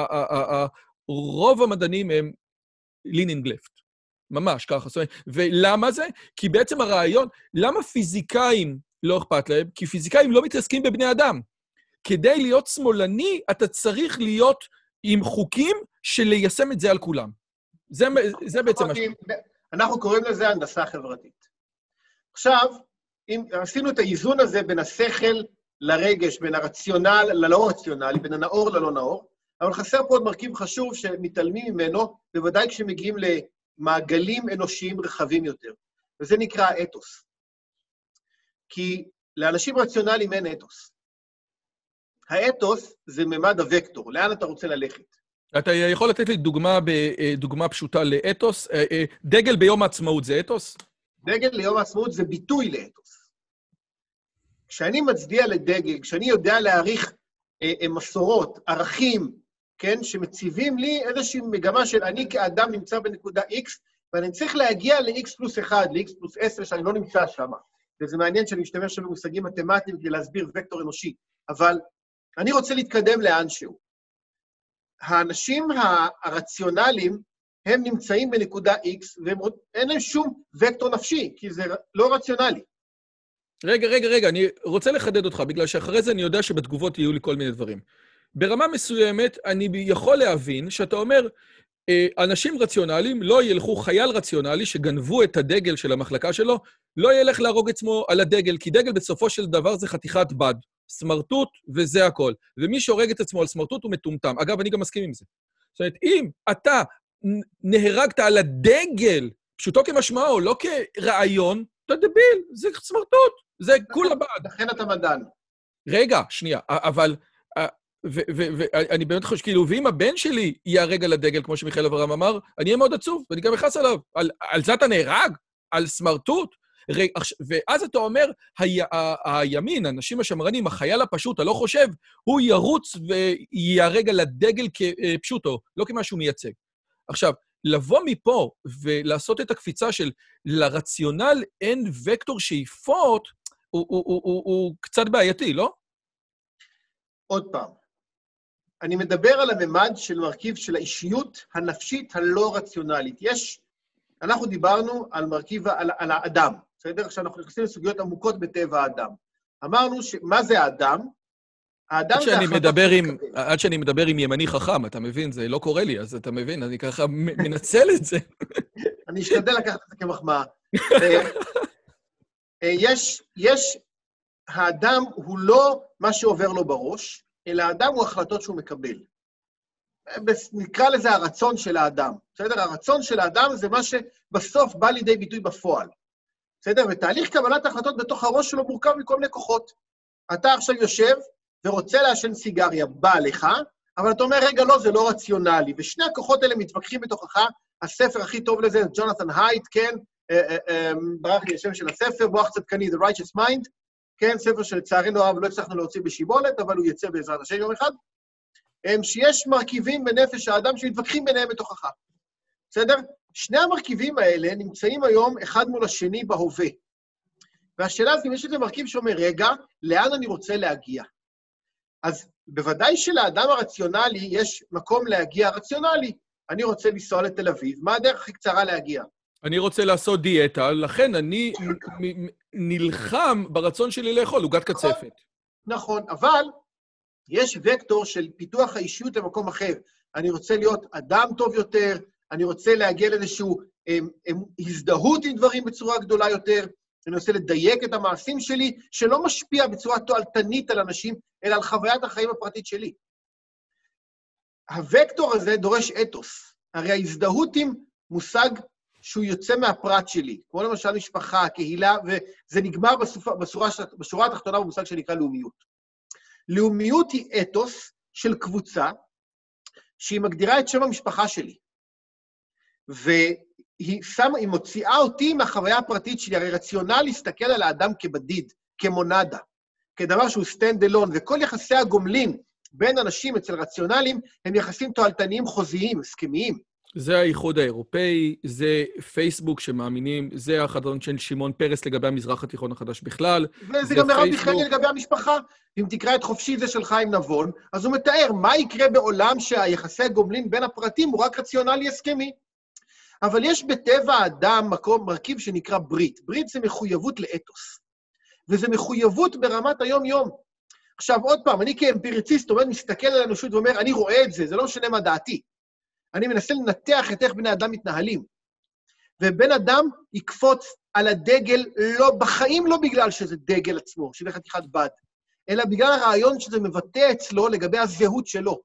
רוב המדענים הם לינינג לפט. ממש ככה. ולמה זה? כי בעצם הרעיון, למה פיזיקאים לא אכפת להם? כי פיזיקאים לא מתעסקים בבני אדם. כדי להיות שמאלני, אתה צריך להיות עם חוקים של ליישם את זה על כולם. זה בעצם מה ש... אנחנו קוראים לזה הנדסה חברתית. עכשיו, אם עשינו את האיזון הזה בין השכל לרגש, בין הרציונל ללא רציונלי, בין הנאור ללא נאור, אבל חסר פה עוד מרכיב חשוב שמתעלמים ממנו, בוודאי כשמגיעים למעגלים אנושיים רחבים יותר, וזה נקרא אתוס. כי לאנשים רציונליים אין אתוס. האתוס זה ממד הוקטור, לאן אתה רוצה ללכת? אתה יכול לתת לי דוגמה פשוטה לאתוס? דגל ביום העצמאות זה אתוס? דגל ליום העצמאות זה ביטוי לאתוס. כשאני מצדיע לדגל, כשאני יודע להעריך מסורות, ערכים, כן, שמציבים לי איזושהי מגמה של אני כאדם נמצא בנקודה X, ואני צריך להגיע ל-X פלוס 1, ל-X פלוס 10, שאני לא נמצא שם. וזה מעניין שאני משתמש שם במושגים מתמטיים כדי להסביר וקטור אנושי, אבל אני רוצה להתקדם לאנשהו. האנשים הרציונליים, הם נמצאים בנקודה X, ואין להם שום וקטור נפשי, כי זה לא רציונלי. רגע, אני רוצה לחדד אותך, בגלל שאחרי זה אני יודע שבתגובות יהיו לי כל מיני דברים. ברמה מסוימת, אני יכול להבין שאתה אומר, אנשים רציונליים לא ילכו, חייל רציונלי שגנבו את הדגל של המחלקה שלו, לא ילך להרוג עצמו על הדגל, כי דגל בסופו של דבר זה חתיכת בד, סמרטוט וזה הכל. ומי שהורג את עצמו על סמרטוט הוא מטומטם. אגב, אני גם מסכים עם זה. זאת אומרת, אם אתה נהרגת על הדגל, פשוטו כמשמעו, לא כרעיון, אתה דביל, זה סמרטוט, זה כולה בד. לכן אתה מדען. רגע, שנייה, אבל... ואני באמת חושב, כאילו, ואם הבן שלי יהרג על הדגל, כמו שמיכאל אברהם אמר, אני אהיה מאוד עצוב, ואני גם אכעס עליו. על זה אתה נהרג? על סמרטוט? ואז אתה אומר, הימין, האנשים השמרנים, החייל הפשוט, הלא חושב, הוא ירוץ ויהרג על הדגל כפשוטו, לא כמשהו מייצג. עכשיו, לבוא מפה ולעשות את הקפיצה של לרציונל אין וקטור שאיפות, הוא קצת בעייתי, לא? עוד פעם, אני מדבר על הממד של מרכיב של האישיות הנפשית הלא רציונלית. אנחנו דיברנו על מרכיב, על האדם, בסדר? עכשיו אנחנו נכנסים לסוגיות עמוקות בטבע האדם. אמרנו מה זה האדם? האדם זה עד שאני מדבר עם ימני חכם, אתה מבין? זה לא קורה לי, אז אתה מבין, אני ככה מנצל את זה. אני אשתדל לקחת את זה כמחמאה. האדם הוא לא מה שעובר לו בראש, אלא האדם הוא החלטות שהוא מקבל. נקרא לזה הרצון של האדם. בסדר? הרצון של האדם זה מה שבסוף בא לידי ביטוי בפועל. בסדר? ותהליך קבלת ההחלטות בתוך הראש שלו מורכב מכל מיני כוחות. אתה עכשיו יושב ורוצה לעשן סיגריה, בא לך, אבל אתה אומר, רגע, לא, זה לא רציונלי. ושני הכוחות האלה מתווכחים בתוכך, הספר הכי טוב לזה, ג'ונתן הייט, כן? ברח לי השם של הספר, מוח צדקני, The Righteous Mind, כן, ספר שלצערנו הרב לא הצלחנו להוציא בשיבולת, אבל הוא יצא בעזרת השם יום אחד, שיש מרכיבים בנפש האדם שמתווכחים ביניהם בתוכך. בסדר? שני המרכיבים האלה נמצאים היום אחד מול השני בהווה. והשאלה הזאת, אם יש איזה מרכיב שאומר, רגע, לאן אני רוצה להגיע? אז בוודאי שלאדם הרציונלי יש מקום להגיע רציונלי. אני רוצה לנסוע לתל אביב, מה הדרך הכי קצרה להגיע? אני רוצה לעשות דיאטה, לכן אני נלחם ברצון שלי לאכול, עוגת קצפת. נכון, אבל יש וקטור של פיתוח האישיות למקום אחר. אני רוצה להיות אדם טוב יותר, אני רוצה להגיע לאיזשהו הזדהות עם דברים בצורה גדולה יותר, אני מנסה לדייק את המעשים שלי, שלא משפיע בצורה תועלתנית על אנשים, אלא על חוויית החיים הפרטית שלי. הוקטור הזה דורש אתוס. הרי ההזדהות עם מושג שהוא יוצא מהפרט שלי, כמו למשל משפחה, קהילה, וזה נגמר בשורה התחתונה במושג שנקרא לאומיות. לאומיות היא אתוס של קבוצה, שהיא מגדירה את שם המשפחה שלי. והיא מוציאה אותי מהחוויה הפרטית שלי, הרי רציונל להסתכל על האדם כבדיד, כמונדה, כדבר שהוא stand alone, וכל יחסי הגומלין בין אנשים אצל רציונלים, הם יחסים תועלתניים חוזיים, הסכמיים. זה האיחוד האירופאי, זה פייסבוק שמאמינים, זה החזון של שמעון פרס לגבי המזרח התיכון החדש בכלל. וזה גם מרב מיכאלי לגבי המשפחה. אם תקרא את חופשי זה של חיים נבון, אז הוא מתאר מה יקרה בעולם שהיחסי הגומלין בין הפרטים הוא רק רציונלי הסכמי. אבל יש בטבע האדם מרכיב שנקרא ברית. ברית זה מחויבות לאתוס. וזה מחויבות ברמת היום-יום. עכשיו, עוד פעם, אני כאמפיריציסט מסתכל על האנושות ואומר, אני רואה את זה, זה לא משנה מה דעתי. אני מנסה לנתח את איך בני אדם מתנהלים. ובן אדם יקפוץ על הדגל, בחיים לא בגלל שזה דגל עצמו, שזה חתיכת בד, אלא בגלל הרעיון שזה מבטא אצלו לגבי הזהות שלו.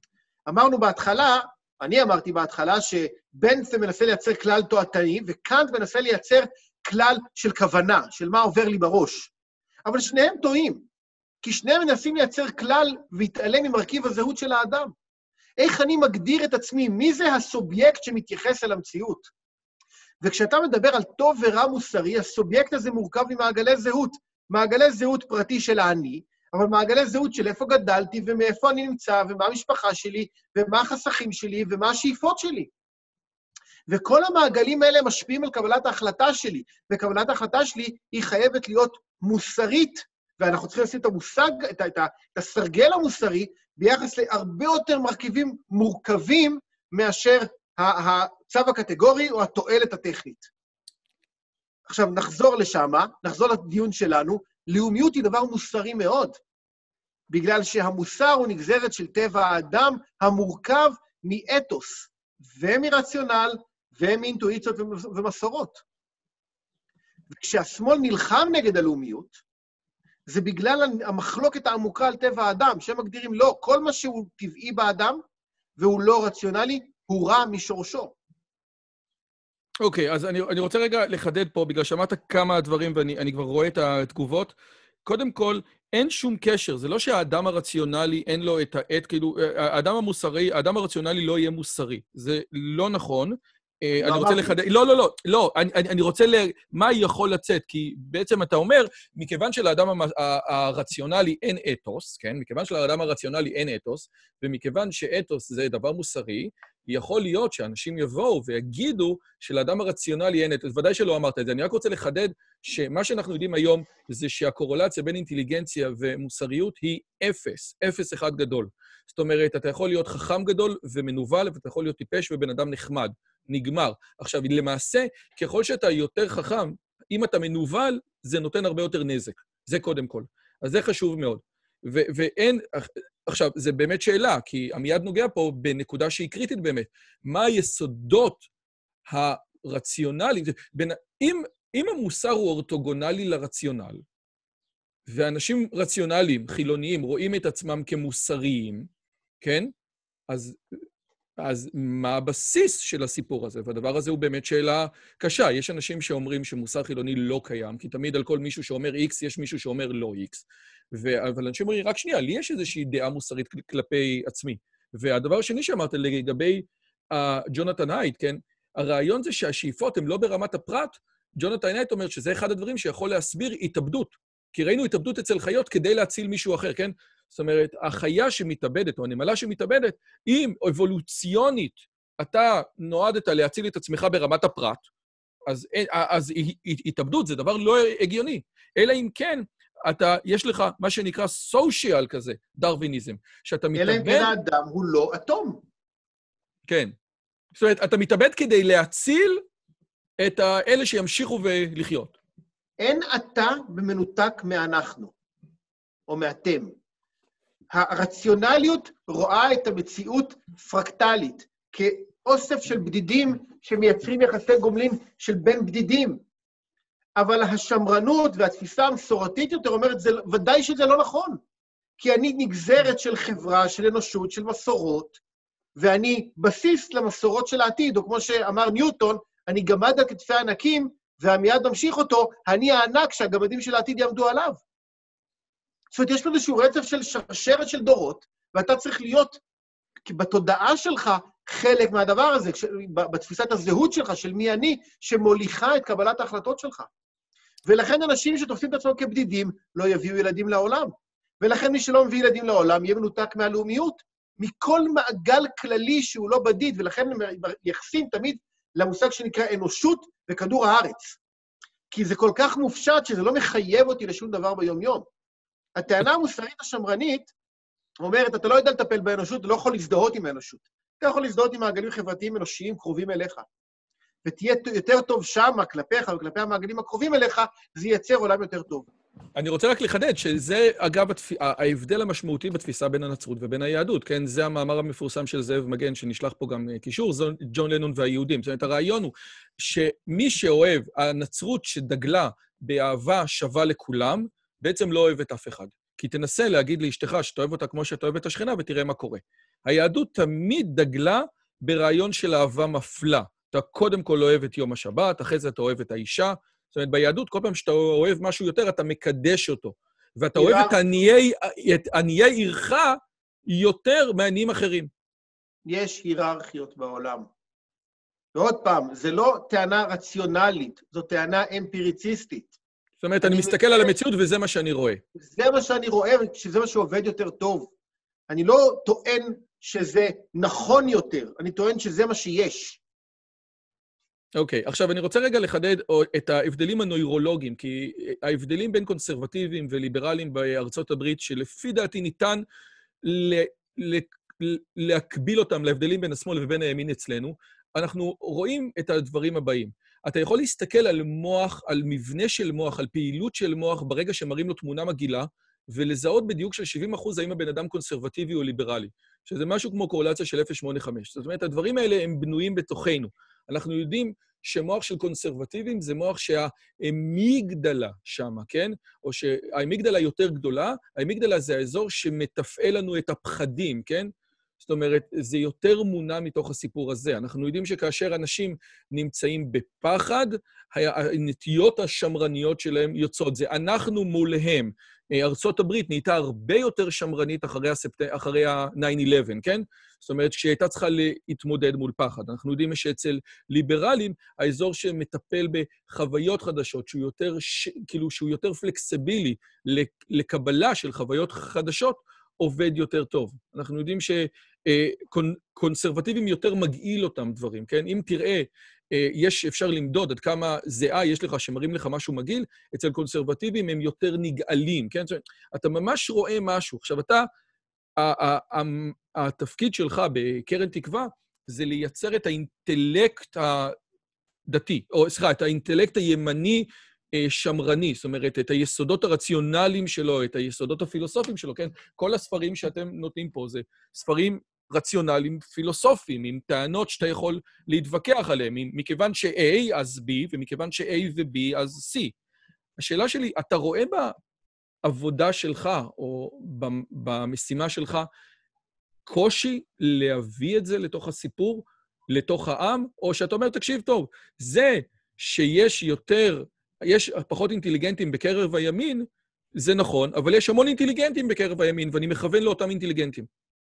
אני אמרתי בהתחלה, שבנץ מנסה לייצר כלל תועלתני, וקאנט מנסה לייצר כלל של כוונה, של מה עובר לי בראש. אבל שניהם טועים, כי שניהם מנסים לייצר כלל והתעלם ממרכיב הזהות של האדם. איך אני מגדיר את עצמי? מי זה הסובייקט שמתייחס אל המציאות? וכשאתה מדבר על טוב ורע מוסרי, הסובייקט הזה מורכב ממעגלי זהות. מעגלי זהות פרטי של האני, אבל מעגלי זהות של איפה גדלתי ומאיפה אני נמצא, ומה המשפחה שלי, ומה החסכים שלי, ומה השאיפות שלי. וכל המעגלים האלה משפיעים על קבלת ההחלטה שלי, וקבלת ההחלטה שלי היא חייבת להיות מוסרית, ואנחנו צריכים לשים את המושג, את הסרגל המוסרי, ביחס להרבה יותר מרכיבים מורכבים מאשר הצו הקטגורי או התועלת הטכנית. עכשיו, נחזור לשם, נחזור לדיון שלנו, לאומיות היא דבר מוסרי מאוד, בגלל שהמוסר הוא נגזרת של טבע האדם המורכב מאתוס, ומרציונל, ומאינטואיציות ומסורות. וכשהשמאל נלחם נגד הלאומיות, זה בגלל המחלוקת העמוקה על טבע האדם, שהם מגדירים לא, כל מה שהוא טבעי באדם, והוא לא רציונלי, הוא רע משורשו. אוקיי, אז אני רוצה רגע לחדד פה, בגלל שמעת כמה דברים, ואני כבר רואה את התגובות. קודם כל, אין שום קשר, זה לא שהאדם הרציונלי אין לו את העת, כאילו, האדם הרציונלי לא יהיה מוסרי. זה לא נכון. אני רוצה לחדד, לא, אני רוצה מה יכול לצאת, כי בעצם אתה אומר, מכיוון שלאדם הרציונלי אין אתוס, כן? מכיוון שלאדם הרציונלי אין אתוס, ומכיוון שאתוס זה דבר מוסרי, יכול להיות שאנשים יבואו ויגידו שלאדם הרציונלי אין אתוס. ודאי שלא אמרת את זה. אני רק רוצה לחדד שמה שאנחנו יודעים היום זה שהקורולציה בין אינטליגנציה ומוסריות היא אפס אחד גדול. זאת אומרת, אתה יכול להיות חכם גדול ומנוול, ואתה יכול להיות טיפש ובן אדם נחמד. נגמר. עכשיו, למעשה, ככל שאתה יותר חכם, אם אתה מנוול, זה נותן הרבה יותר נזק. זה קודם כל. אז זה חשוב מאוד. ואין, עכשיו, זה באמת שאלה, כי עמיעד נוגע פה בנקודה שהיא קריטית באמת. מה היסודות הרציונליים? אם המוסר הוא אורתוגונלי לרציונל, ואנשים רציונליים, חילוניים, רואים את עצמם כמוסריים, כן? אז מה הבסיס של הסיפור הזה? והדבר הזה הוא באמת שאלה קשה. יש אנשים שאומרים שמוסר חילוני לא קיים, כי תמיד על כל מישהו שאומר X, יש מישהו שאומר לא X. אבל אנשים אומרים, רק שנייה, לי יש איזושהי דעה מוסרית כלפי עצמי. והדבר השני שאמרת לגבי ג'ונתן הייט, כן? הרעיון זה שהשאיפות הן לא ברמת הפרט. ג'ונתן הייט אומר שזה אחד הדברים שיכול להסביר התאבדות. כי ראינו התאבדות אצל חיות כדי להציל מישהו אחר, כן? זאת אומרת, החיה שמתאבדת, או הנמלה שמתאבדת, אם אבולוציונית אתה נועדת להציל את עצמך ברמת הפרט, אז התאבדות זה דבר לא הגיוני. אלא אם כן, יש לך מה שנקרא סושיאל כזה, דרוויניזם, שאתה מתאבד... אלא אם כן האדם הוא לא אטום. כן. זאת אומרת, אתה מתאבד כדי להציל את אלה שימשיכו ולחיות. אין אתה במנותק מאנחנו, או מאתם. הרציונליות רואה את המציאות פרקטלית, כאוסף של בדידים שמייצרים יחסי גומלין של בין בדידים. אבל השמרנות והתפיסה המסורתית יותר אומרת, ודאי שזה לא נכון. כי אני נגזרת של חברה, של אנושות, של מסורות, ואני בסיס למסורות של העתיד, או כמו שאמר ניוטון, אני גמד על כתפי הענקים, והמיד ממשיך אותו, אני הענק שהגמדים של העתיד יעמדו עליו. זאת אומרת, יש פה איזשהו רצף של שרשרת של דורות, ואתה צריך להיות בתודעה שלך חלק מהדבר הזה, בתפיסת הזהות שלך, של מי אני, שמוליכה את קבלת ההחלטות שלך. ולכן אנשים שתופסים את עצמם כבדידים, לא יביאו ילדים לעולם. ולכן מי שלא מביא ילדים לעולם, יהיה מנותק מהלאומיות, מכל מעגל כללי שהוא לא בדיד, ולכן הם יחסים תמיד למושג שנקרא אנושות וכדור הארץ. כי זה כל כך מופשט שזה לא מחייב אותי לשום דבר ביום-יום. הטענה המוסרית השמרנית אומרת, אתה לא יודע לטפל באנושות, אתה לא יכול להזדהות עם האנושות. אתה יכול להזדהות עם מעגלים חברתיים אנושיים קרובים אליך. ותהיה יותר טוב שמה כלפיך וכלפי המעגלים הקרובים אליך, זה ייצר עולם יותר טוב. אני רוצה רק לחדד שזה, אגב, ההבדל המשמעותי בתפיסה בין הנצרות ובין היהדות, כן? זה המאמר המפורסם של זאב מגן, שנשלח פה גם קישור, ג'ון לנון והיהודים. זאת אומרת, הרעיון הוא שמי שאוהב, הנצרות שדגלה באהבה שווה לכולם, בעצם לא אוהב את אף אחד. כי תנסה להגיד לאשתך שאתה אוהב אותה כמו שאתה אוהב את השכנה, ותראה מה קורה. היהדות תמיד דגלה ברעיון של אהבה מפלה. אתה קודם כל אוהב את יום השבת, אחרי זה אתה אוהב את האישה. זאת אומרת, ביהדות, כל פעם שאתה אוהב משהו יותר, אתה מקדש אותו. ואתה אוהב את עניי עירך יותר מעניים אחרים. יש היררכיות בעולם. ועוד פעם, זה לא טענה רציונלית, זו טענה אמפיריציסטית. זאת אומרת, אני מסתכל על המציאות וזה מה שאני רואה. זה מה שאני רואה, שזה מה שעובד יותר טוב. אני לא טוען שזה נכון יותר, אני טוען שזה מה שיש. אוקיי, עכשיו אני רוצה רגע לחדד את ההבדלים הנוירולוגיים, כי ההבדלים בין קונסרבטיביים וליברליים בארצות הברית, שלפי דעתי ניתן להקביל אותם להבדלים בין השמאל ובין הימין אצלנו, אנחנו רואים את הדברים הבאים. אתה יכול להסתכל על מוח, על מבנה של מוח, על פעילות של מוח, ברגע שמראים לו תמונה מגעילה, ולזהות בדיוק של 70% האם הבן אדם קונסרבטיבי או ליברלי, שזה משהו כמו קורלציה של 0.85. זאת אומרת, הדברים האלה הם בנויים בתוכנו. אנחנו יודעים שמוח של קונסרבטיביים זה מוח שהאמיגדלה שמה, כן? או שהאמיגדלה יותר גדולה, האמיגדלה זה האזור שמתפעל לנו את הפחדים, כן? זאת אומרת, זה יותר מונע מתוך הסיפור הזה. אנחנו יודעים שכאשר אנשים נמצאים בפחד, הנטיות השמרניות שלהם יוצאות. זה אנחנו מולהם. ארצות הברית נהייתה הרבה יותר שמרנית אחרי ה-9/11, כן? זאת אומרת, כשהיא הייתה צריכה להתמודד מול פחד. אנחנו יודעים שאצל ליברלים, האזור שמטפל בחוויות חדשות, שהוא יותר פלקסיבילי לקבלה של חוויות חדשות, עובד יותר טוב. אנחנו יודעים שקונסרבטיבים יותר מגעיל אותם דברים, כן? אם תראה, אפשר למדוד עד כמה זהה יש לך שמראים לך משהו מגעיל, אצל קונסרבטיבים הם יותר נגעלים, כן? אתה ממש רואה משהו. עכשיו, התפקיד שלך בקרן תקווה זה לייצר את האינטלקט הדתי, או סליחה, את האינטלקט הימני שמרני, זאת אומרת, את היסודות הרציונליים שלו, את היסודות הפילוסופיים שלו, כן? כל הספרים שאתם נותנים פה זה ספרים רציונליים פילוסופיים, עם טענות שאתה יכול להתווכח עליהם, מכיוון ש-A אז B, ומכיוון ש-A ו-B אז C. השאלה שלי, אתה רואה בעבודה שלך, או במשימה שלך, קושי להביא את זה לתוך הסיפור, לתוך העם, או שאתה אומר, תקשיב טוב, זה שיש יש פחות אינטליגנטים בקרב הימין, זה נכון, אבל יש המון אינטליגנטים בקרב הימין, ואני מכוון לאותם אינטליגנטים.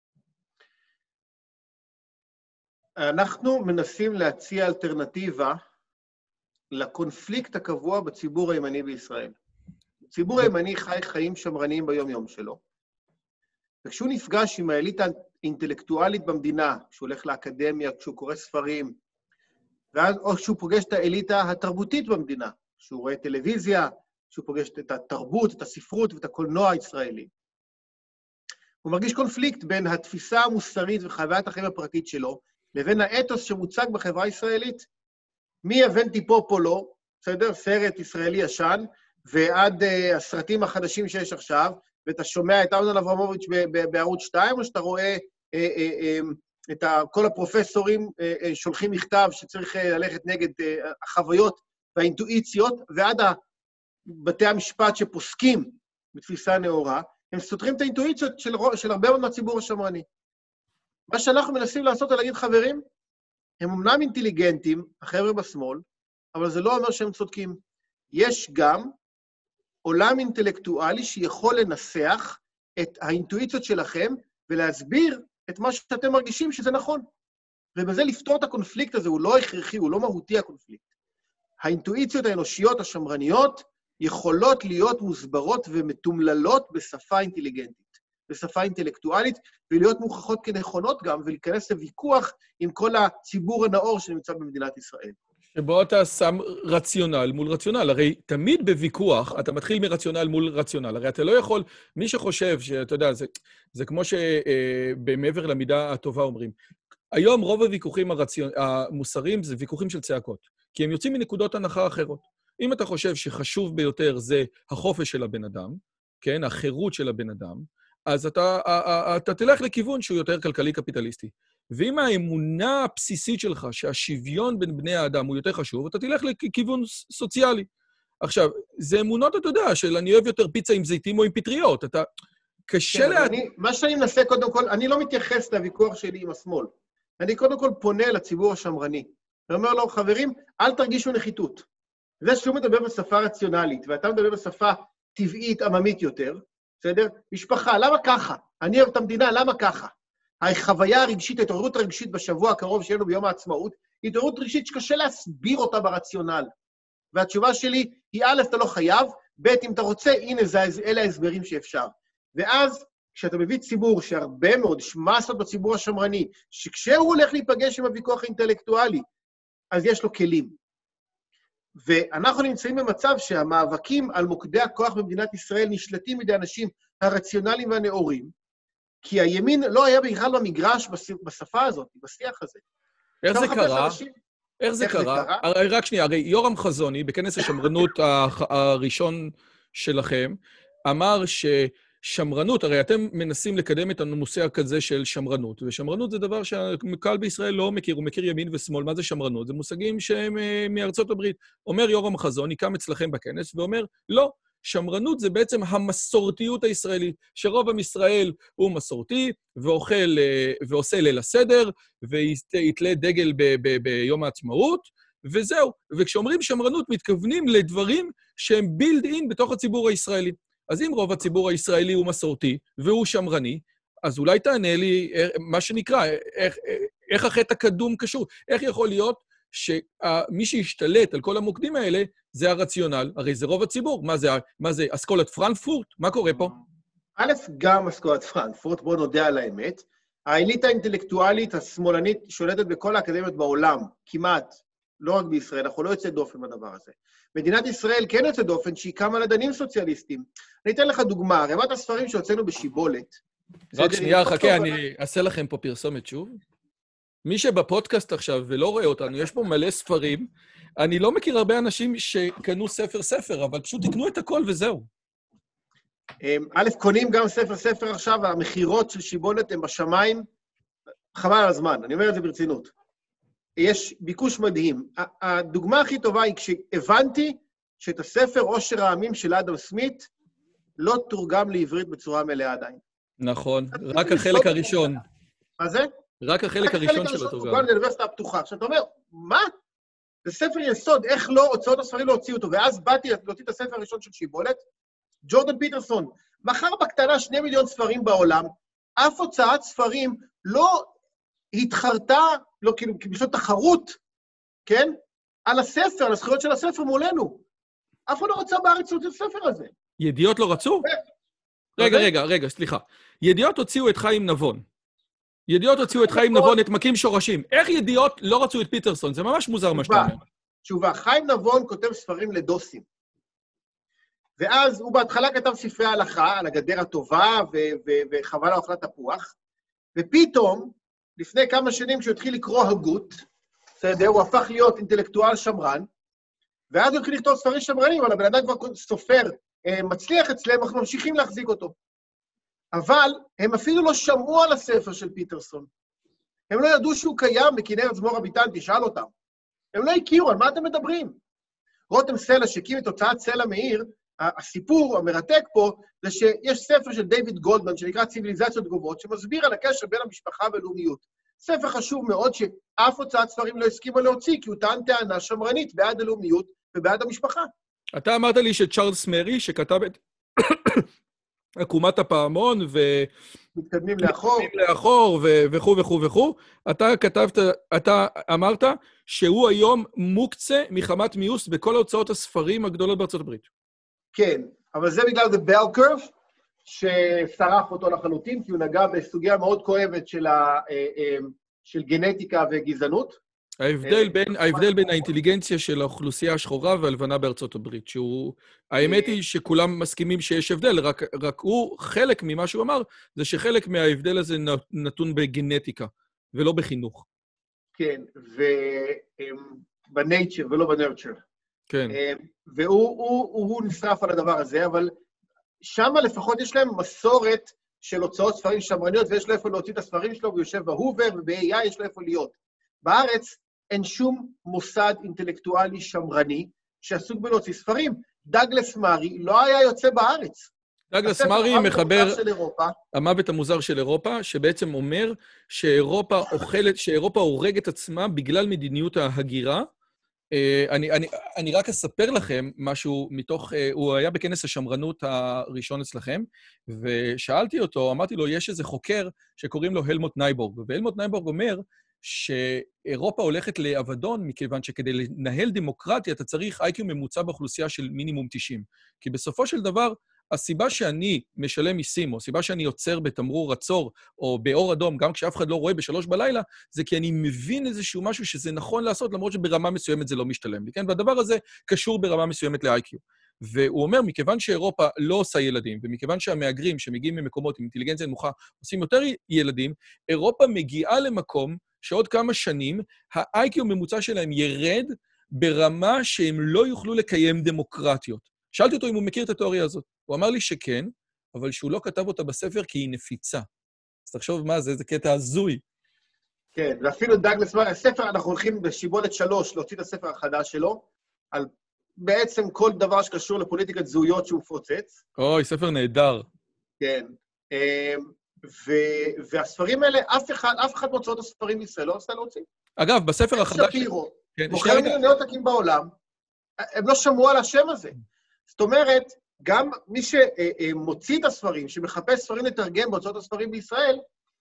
אנחנו מנסים להציע אלטרנטיבה לקונפליקט הקבוע בציבור הימני בישראל. הציבור הימני חי חיים שמרניים ביום-יום שלו, וכשהוא נפגש עם האליטה האינטלקטואלית במדינה, כשהוא הולך לאקדמיה, כשהוא קורא ספרים, או כשהוא פוגש את האליטה התרבותית במדינה, כשהוא רואה טלוויזיה, כשהוא פוגש את התרבות, את הספרות ואת הקולנוע הישראלי. הוא מרגיש קונפליקט בין התפיסה המוסרית וחוויית החיים הפרטית שלו, לבין האתוס שמוצג בחברה הישראלית. מאבנטי פופולו, בסדר? סרט ישראלי ישן, ועד הסרטים החדשים שיש עכשיו, ואתה שומע את אמנון אברמוביץ' בערוץ 2, או שאתה רואה את כל הפרופסורים שולחים מכתב שצריך ללכת נגד החוויות והאינטואיציות, ועד בתי המשפט שפוסקים בתפיסה נאורה, הם סותרים את האינטואיציות של הרבה מאוד מהציבור השמרני. מה שאנחנו מנסים לעשות זה להגיד, חברים, הם אמנם אינטליגנטים, החבר'ה בשמאל, אבל זה לא אומר שהם צודקים. יש גם עולם אינטלקטואלי שיכול לנסח את האינטואיציות שלכם, ולהסביר את מה שאתם מרגישים שזה נכון. ובזה לפתור את הקונפליקט הזה, הוא לא הכרחי, הוא לא מהותי הקונפליקט. האינטואיציות האנושיות השמרניות יכולות להיות מוסברות ומתומללות בשפה אינטליגנטית, בשפה אינטלקטואלית, ולהיות מוכחות כנכונות גם, ולהיכנס לוויכוח עם כל הציבור הנאור שנמצא במדינת ישראל. שבו אתה שם רציונל מול רציונל. הרי תמיד בוויכוח אתה מתחיל מרציונל מול רציונל. הרי אתה לא יכול, מי שחושב שאתה יודע, זה כמו שבמעבר למידה הטובה אומרים. היום רוב הוויכוחים המוסריים זה ויכוחים של צעקות, כי הם יוצאים מנקודות הנחה אחרות. אם אתה חושב שחשוב ביותר זה החופש של הבן אדם, כן, החירות של הבן אדם, אז אתה תלך לכיוון שהוא יותר כלכלי-קפיטליסטי. ואם האמונה הבסיסית שלך, שהשוויון בין בני האדם הוא יותר חשוב, אתה תלך לכיוון סוציאלי. עכשיו, זה אמונות, אתה יודע, של אני אוהב יותר פיצה עם זיתים או עם פטריות. אתה קשה מה שאני מנסה קודם כל, אני לא מתייחס לוויכוח שלי עם השמאל. אני קודם כל פונה לציבור השמרני. ואומר לו, חברים, אל תרגישו נחיתות. זה שהוא מדבר בשפה רציונלית, ואתה מדבר בשפה טבעית, עממית יותר, בסדר? משפחה, למה ככה? אני אוהב את המדינה, למה ככה? החוויה הרגשית, ההתעוררות הרגשית בשבוע הקרוב שלנו ביום העצמאות, היא התעוררות רגשית שקשה להסביר אותה ברציונל. והתשובה שלי היא, א', אתה לא חייב, ב', אם אתה רוצה, הנה, אלה ההסברים שאפשר. ואז, כשאתה מביא ציבור שהרבה מאוד, יש מסות בציבור השמרני, שכשהוא הולך להיפגש עם הוויכוח האינטלקטואלי, אז יש לו כלים. ואנחנו נמצאים במצב שהמאבקים על מוקדי הכוח במדינת ישראל נשלטים מידי אנשים הרציונליים והנאורים, כי הימין לא היה בכלל במגרש בשפה הזאת, בשיח הזה. איך זה קרה? איך זה קרה? רק שנייה, הרי יורם חזוני, בכנס השמרנות הראשון שלכם, אמר ששמרנות, הרי אתם מנסים לקדם את הנושא כזה של שמרנות, ושמרנות זה דבר שהקהל בישראל לא מכיר, הוא מכיר ימין ושמאל. מה זה שמרנות? זה מושגים שהם מארצות הברית. אומר יורם חזוני, קם אצלכם בכנס, ואומר, לא, שמרנות זה בעצם המסורתיות הישראלית, שרוב עם ישראל הוא מסורתי, ואוכל ועושה ליל הסדר, ויתלה דגל ביום העצמאות, וזהו. וכשאומרים שמרנות, מתכוונים לדברים שהם בילד אין בתוך הציבור הישראלי. אז אם רוב הציבור הישראלי הוא מסורתי, והוא שמרני, אז אולי תענה לי מה שנקרא, איך החטא הקדום קשור? איך יכול להיות שמי שישתלט על כל המוקדים האלה, זה הרציונל, הרי זה רוב הציבור. מה זה, אסכולת פרנקפורט? מה קורה פה? א', גם אסכולת פרנקפורט, בואו נודה על האמת. האליטה האינטלקטואלית השמאלנית שולטת בכל האקדמיות בעולם, כמעט, לא רק בישראל, אנחנו לא יוצא דופן בדבר הזה. מדינת ישראל כן יוצא דופן שהיא קמה לדנים סוציאליסטים. אני אתן לך דוגמה, רמת הספרים שהוצאנו בשיבולת. רק שנייה, חכה, אני אעשה לכם פה פרסומת שוב. מי שבפודקאסט עכשיו ולא רואה אותנו, יש פה מלא ספרים. אני לא מכיר הרבה אנשים שקנו ספר, אבל פשוט תקנו את הכל וזהו. א', קונים גם ספר עכשיו, המחירות של שיבולת הן בשמיים, חבל על הזמן, אני אומר את זה ברצינות. יש ביקוש מדהים. הדוגמה הכי טובה היא כשהבנתי שאת הספר עושר העמים של אדם סמית לא תורגם לעברית בצורה מלאה עדיין. נכון, רק החלק הראשון. מה זה? רק החלק הראשון שלו תורגם. תורגם לאוניברסיטה הפתוחה. עכשיו אתה אומר, מה? זה ספר יסוד, איך לא, הוצאות הספרים לא הוציאו אותו, ואז באתי להוציא את הספר הראשון של שיבולת, ג'ורדן פיטרסון, מכר בקטנה 2 מיליון ספרים בעולם, אף הוצאת ספרים לא התחרתה, לא כאילו, בשביל תחרות, כן? על הספר, על הזכויות של הספר מולנו. אף אחד לא רצה בארץ את הספר הזה. ידיעות לא רצו? רגע, סליחה. ידיעות הוציאו את חיים נבון. ידיעות הוציאו את חיים נבון, את מקים שורשים. איך ידיעות לא רצו את פיטרסון? זה ממש מוזר מה שאתה אומר. תשובה, חיים נבון כותב ספרים לדוסים. ואז הוא בהתחלה כתב ספרי הלכה על הגדר הטובה וחבל על אוכלת תפוח, ופתאום, לפני כמה שנים כשהוא התחיל לקרוא הגות, בסדר, הוא הפך להיות אינטלקטואל שמרן, ואז הוא התחיל לכתוב ספרים שמרנים, אבל הבן אדם כבר סופר מצליח אצלם, אנחנו ממשיכים להחזיק אותו. אבל הם אפילו לא שמעו על הספר של פיטרסון. הם לא ידעו שהוא קיים בכנרת זמור הביטן, תשאל אותם. הם לא הכירו, על מה אתם מדברים? רותם סלע שהקים את הוצאת סלע מאיר, הסיפור המרתק פה, זה שיש ספר של דיוויד גולדמן, שנקרא ציוויליזציות גוברות, שמסביר על הקשר בין המשפחה והלאומיות. ספר חשוב מאוד שאף הוצאת ספרים לא הסכימה להוציא, כי הוא טען טענה שמרנית בעד הלאומיות ובעד המשפחה. אתה אמרת לי שצ'ארלס מרי, שכתב את עקומת הפעמון, מתקדמים לאחור. וכו' וכו' וכו', אתה אמרת שהוא היום מוקצה מחמת מיוס בכל ההוצאות הספרים הגדולות בארצות הברית. כן, אבל זה בגלל the bell curve, ששרף אותו לחלוטין, כי הוא נגע בסוגיה מאוד כואבת של גנטיקה וגזענות. ההבדל בין האינטליגנציה של האוכלוסייה השחורה והלבנה בארצות הברית, האמת היא שכולם מסכימים שיש הבדל, רק הוא, חלק ממה שהוא אמר, זה שחלק מההבדל הזה נתון בגנטיקה, ולא בחינוך. כן, ובנייצ'ר ולא בנרצ'ר. כן. והוא נשרף על הדבר הזה, אבל שם לפחות יש להם מסורת של הוצאות ספרים שמרניות, ויש לו איפה להוציא את הספרים שלו, הוא יושב בהובר, וב-AI יש לו איפה להיות. בארץ אין שום מוסד אינטלקטואלי שמרני שעסוק בלהוציא ספרים. דאגלס מארי לא היה יוצא בארץ. דאגלס מארי מחבר המוות המוזר של אירופה, שבעצם אומר שאירופה הורגת עצמה בגלל מדיניות ההגירה. אני רק אספר לכם משהו מתוך, הוא היה בכנס השמרנות הראשון אצלכם, ושאלתי אותו, אמרתי לו, יש איזה חוקר שקוראים לו הלמוט נייבורג, והלמוט נייבורג אומר שאירופה הולכת לאבדון, מכיוון שכדי לנהל דמוקרטיה אתה צריך איי-קיו ממוצע באוכלוסייה של מינימום 90. כי בסופו של דבר, הסיבה שאני משלם מיסים, או הסיבה שאני יוצר בתמרור עצור, או באור אדום, גם כשאף אחד לא רואה ב3 בלילה, זה כי אני מבין איזשהו משהו שזה נכון לעשות, למרות שברמה מסוימת זה לא משתלם לי, כן? והדבר הזה קשור ברמה מסוימת ל-IQ. והוא אומר, מכיוון שאירופה לא עושה ילדים, ומכיוון שהמהגרים שמגיעים ממקומות עם אינטליגנציה נמוכה עושים יותר ילדים, אירופה מגיעה למקום שעוד כמה שנים, ה-IQ ממוצע שלהם ירד ברמה שהם לא יוכלו לקיים דמוקרטיות. שאלתי אותו אם הוא מכיר את התיאוריה הזאת. הוא אמר לי שכן, אבל שהוא לא כתב אותה בספר כי היא נפיצה. אז תחשוב מה זה, זה קטע הזוי. כן, ואפילו דאגלס מארי, הספר, אנחנו הולכים בשיבולת 3 להוציא את הספר החדש שלו, על בעצם כל דבר שקשור לפוליטיקת זהויות שהוא פוצץ. אוי, ספר נהדר. כן. והספרים האלה, אף אחד מוצאות הספרים בישראל לא עושה להוציא. אגב, בספר החדש... שפירו, מוכר מיליוני עותקים בעולם, הם לא שמעו על השם הזה. זאת אומרת, גם מי שמוציא את הספרים, שמחפש ספרים לתרגם בהוצאות הספרים בישראל,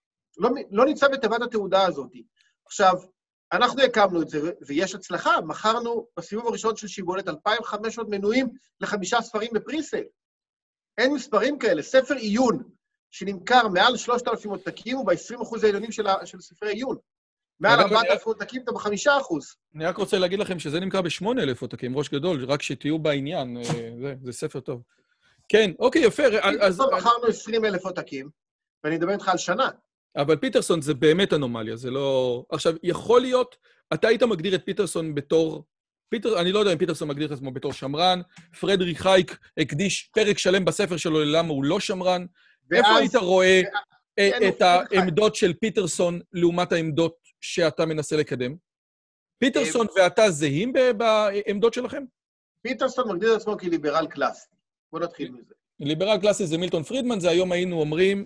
לא נמצא בתיבת התעודה הזאת. עכשיו, אנחנו הקמנו את זה, ויש הצלחה, מכרנו בסיבוב הראשון של שיבולת 2,500 מנויים ל5 ספרים בפריסל. אין מספרים כאלה, ספר עיון, שנמכר מעל 3,000 עותקים, הוא ב-20% העליונים של ספרי עיון. מעל 4,000 עותקים, אתה ב5%. אני רק רוצה להגיד לכם שזה נמכר ב8,000 עותקים, ראש גדול, רק שתהיו בעניין, זה ספר טוב. כן, אוקיי, יפה. אז מכרנו 20,000 עותקים, ואני מדבר איתך על שנה. אבל פיטרסון זה באמת אנומליה, זה לא... עכשיו, יכול להיות, אתה היית מגדיר את פיטרסון בתור... אני לא יודע אם פיטרסון מגדיר את עצמו בתור שמרן, פרדריק הייק הקדיש פרק שלם בספר שלו ללמה הוא לא שמרן. איפה היית רואה את העמדות של פיטרסון לעומת העמדות שאתה מנסה לקדם? פיטרסון ואתה זהים בעמדות שלכם? פיטרסון מגדיר את עצמו כליברל קלאסי. בוא נתחיל מזה. ליברל קלאסי זה מילטון פרידמן, זה היום היינו אומרים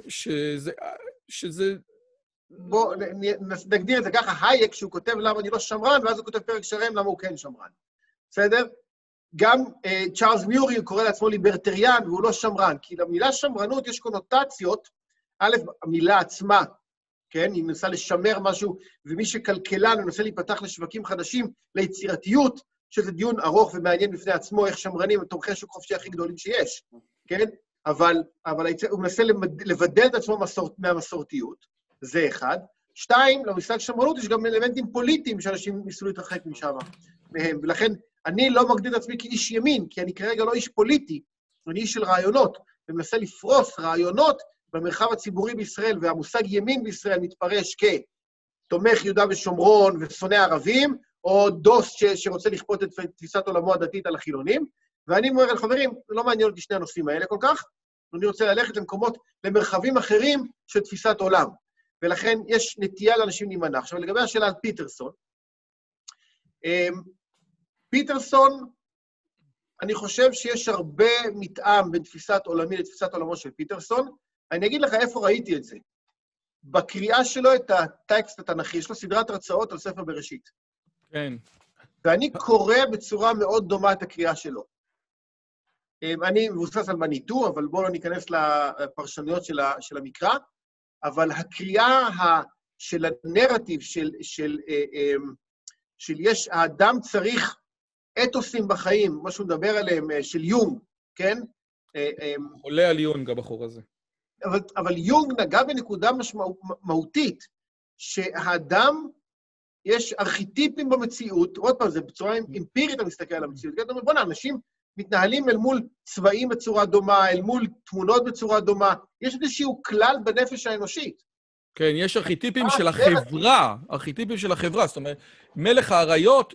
שזה... בוא נגדיר את זה ככה, הייק, שהוא כותב למה אני לא שמרן, ואז הוא כותב פרק שלם למה הוא כן שמרן. בסדר? גם צ'ארלס מיורי הוא קורא לעצמו ליברטריאן, והוא לא שמרן, כי למילה שמרנות יש קונוטציות, א', המילה עצמה, כן? היא מנסה לשמר משהו, ומי שכלכלן מנסה להיפתח לשווקים חדשים, ליצירתיות, שזה דיון ארוך ומעניין בפני עצמו, איך שמרנים הם תומכי שוק חופשי הכי גדולים שיש, כן? אבל הוא מנסה לבדל את עצמו מהמסורתיות, זה אחד. 2, למושג שמרנות יש גם אלמנטים פוליטיים שאנשים ניסו להתרחק משם מהם, ולכן אני לא מגדיר את עצמי כאיש ימין, כי אני כרגע לא איש פוליטי, אני איש של רעיונות, ומנסה לפרוס רעיונות במרחב הציבורי בישראל, והמושג ימין בישראל מתפרש כתומך יהודה ושומרון ושונא ערבים, או דוס שרוצה לכפות את תפיסת עולמו הדתית על החילונים, ואני אומר לחברים, לא מעניין אותי שני הנושאים האלה כל כך, אני רוצה ללכת למרחבים אחרים של תפיסת עולם, ולכן יש נטייה לאנשים להימנע. עכשיו, לגבי השאלה על פיטרסון, פיטרסון אני חושב שיש הרבה מתאם בין תפיסת עולמי לתפיסת עולמו של פיטרסון. אני אגיד לך איפה ראיתי את זה. בקריאה שלו את הטקסט התנ"כי, יש לו סדרת הרצאות על ספר בראשית. כן. ואני קורא בצורה מאוד דומה את הקריאה שלו. אני מבוסס על מניטו, אבל בואו לא ניכנס לפרשנויות של המקרא, אבל הקריאה של הנרטיב, של יש, האדם צריך אתוסים בחיים, מה שהוא מדבר עליהם, של יונג, כן? עולה על יונג, הבחור הזה. אבל יונג נגע בנקודה מהותית, שהאדם, יש ארכיטיפים במציאות, עוד פעם, זה בצורה אמפירית, אתה מסתכל על המציאות, אתה אומר, בוא'נה, אנשים מתנהלים אל מול צבעים בצורה דומה, אל מול תמונות בצורה דומה, יש איזשהו כלל בנפש האנושית. כן, יש ארכיטיפים של החברה, ארכיטיפים של החברה, זאת אומרת, מלך האריות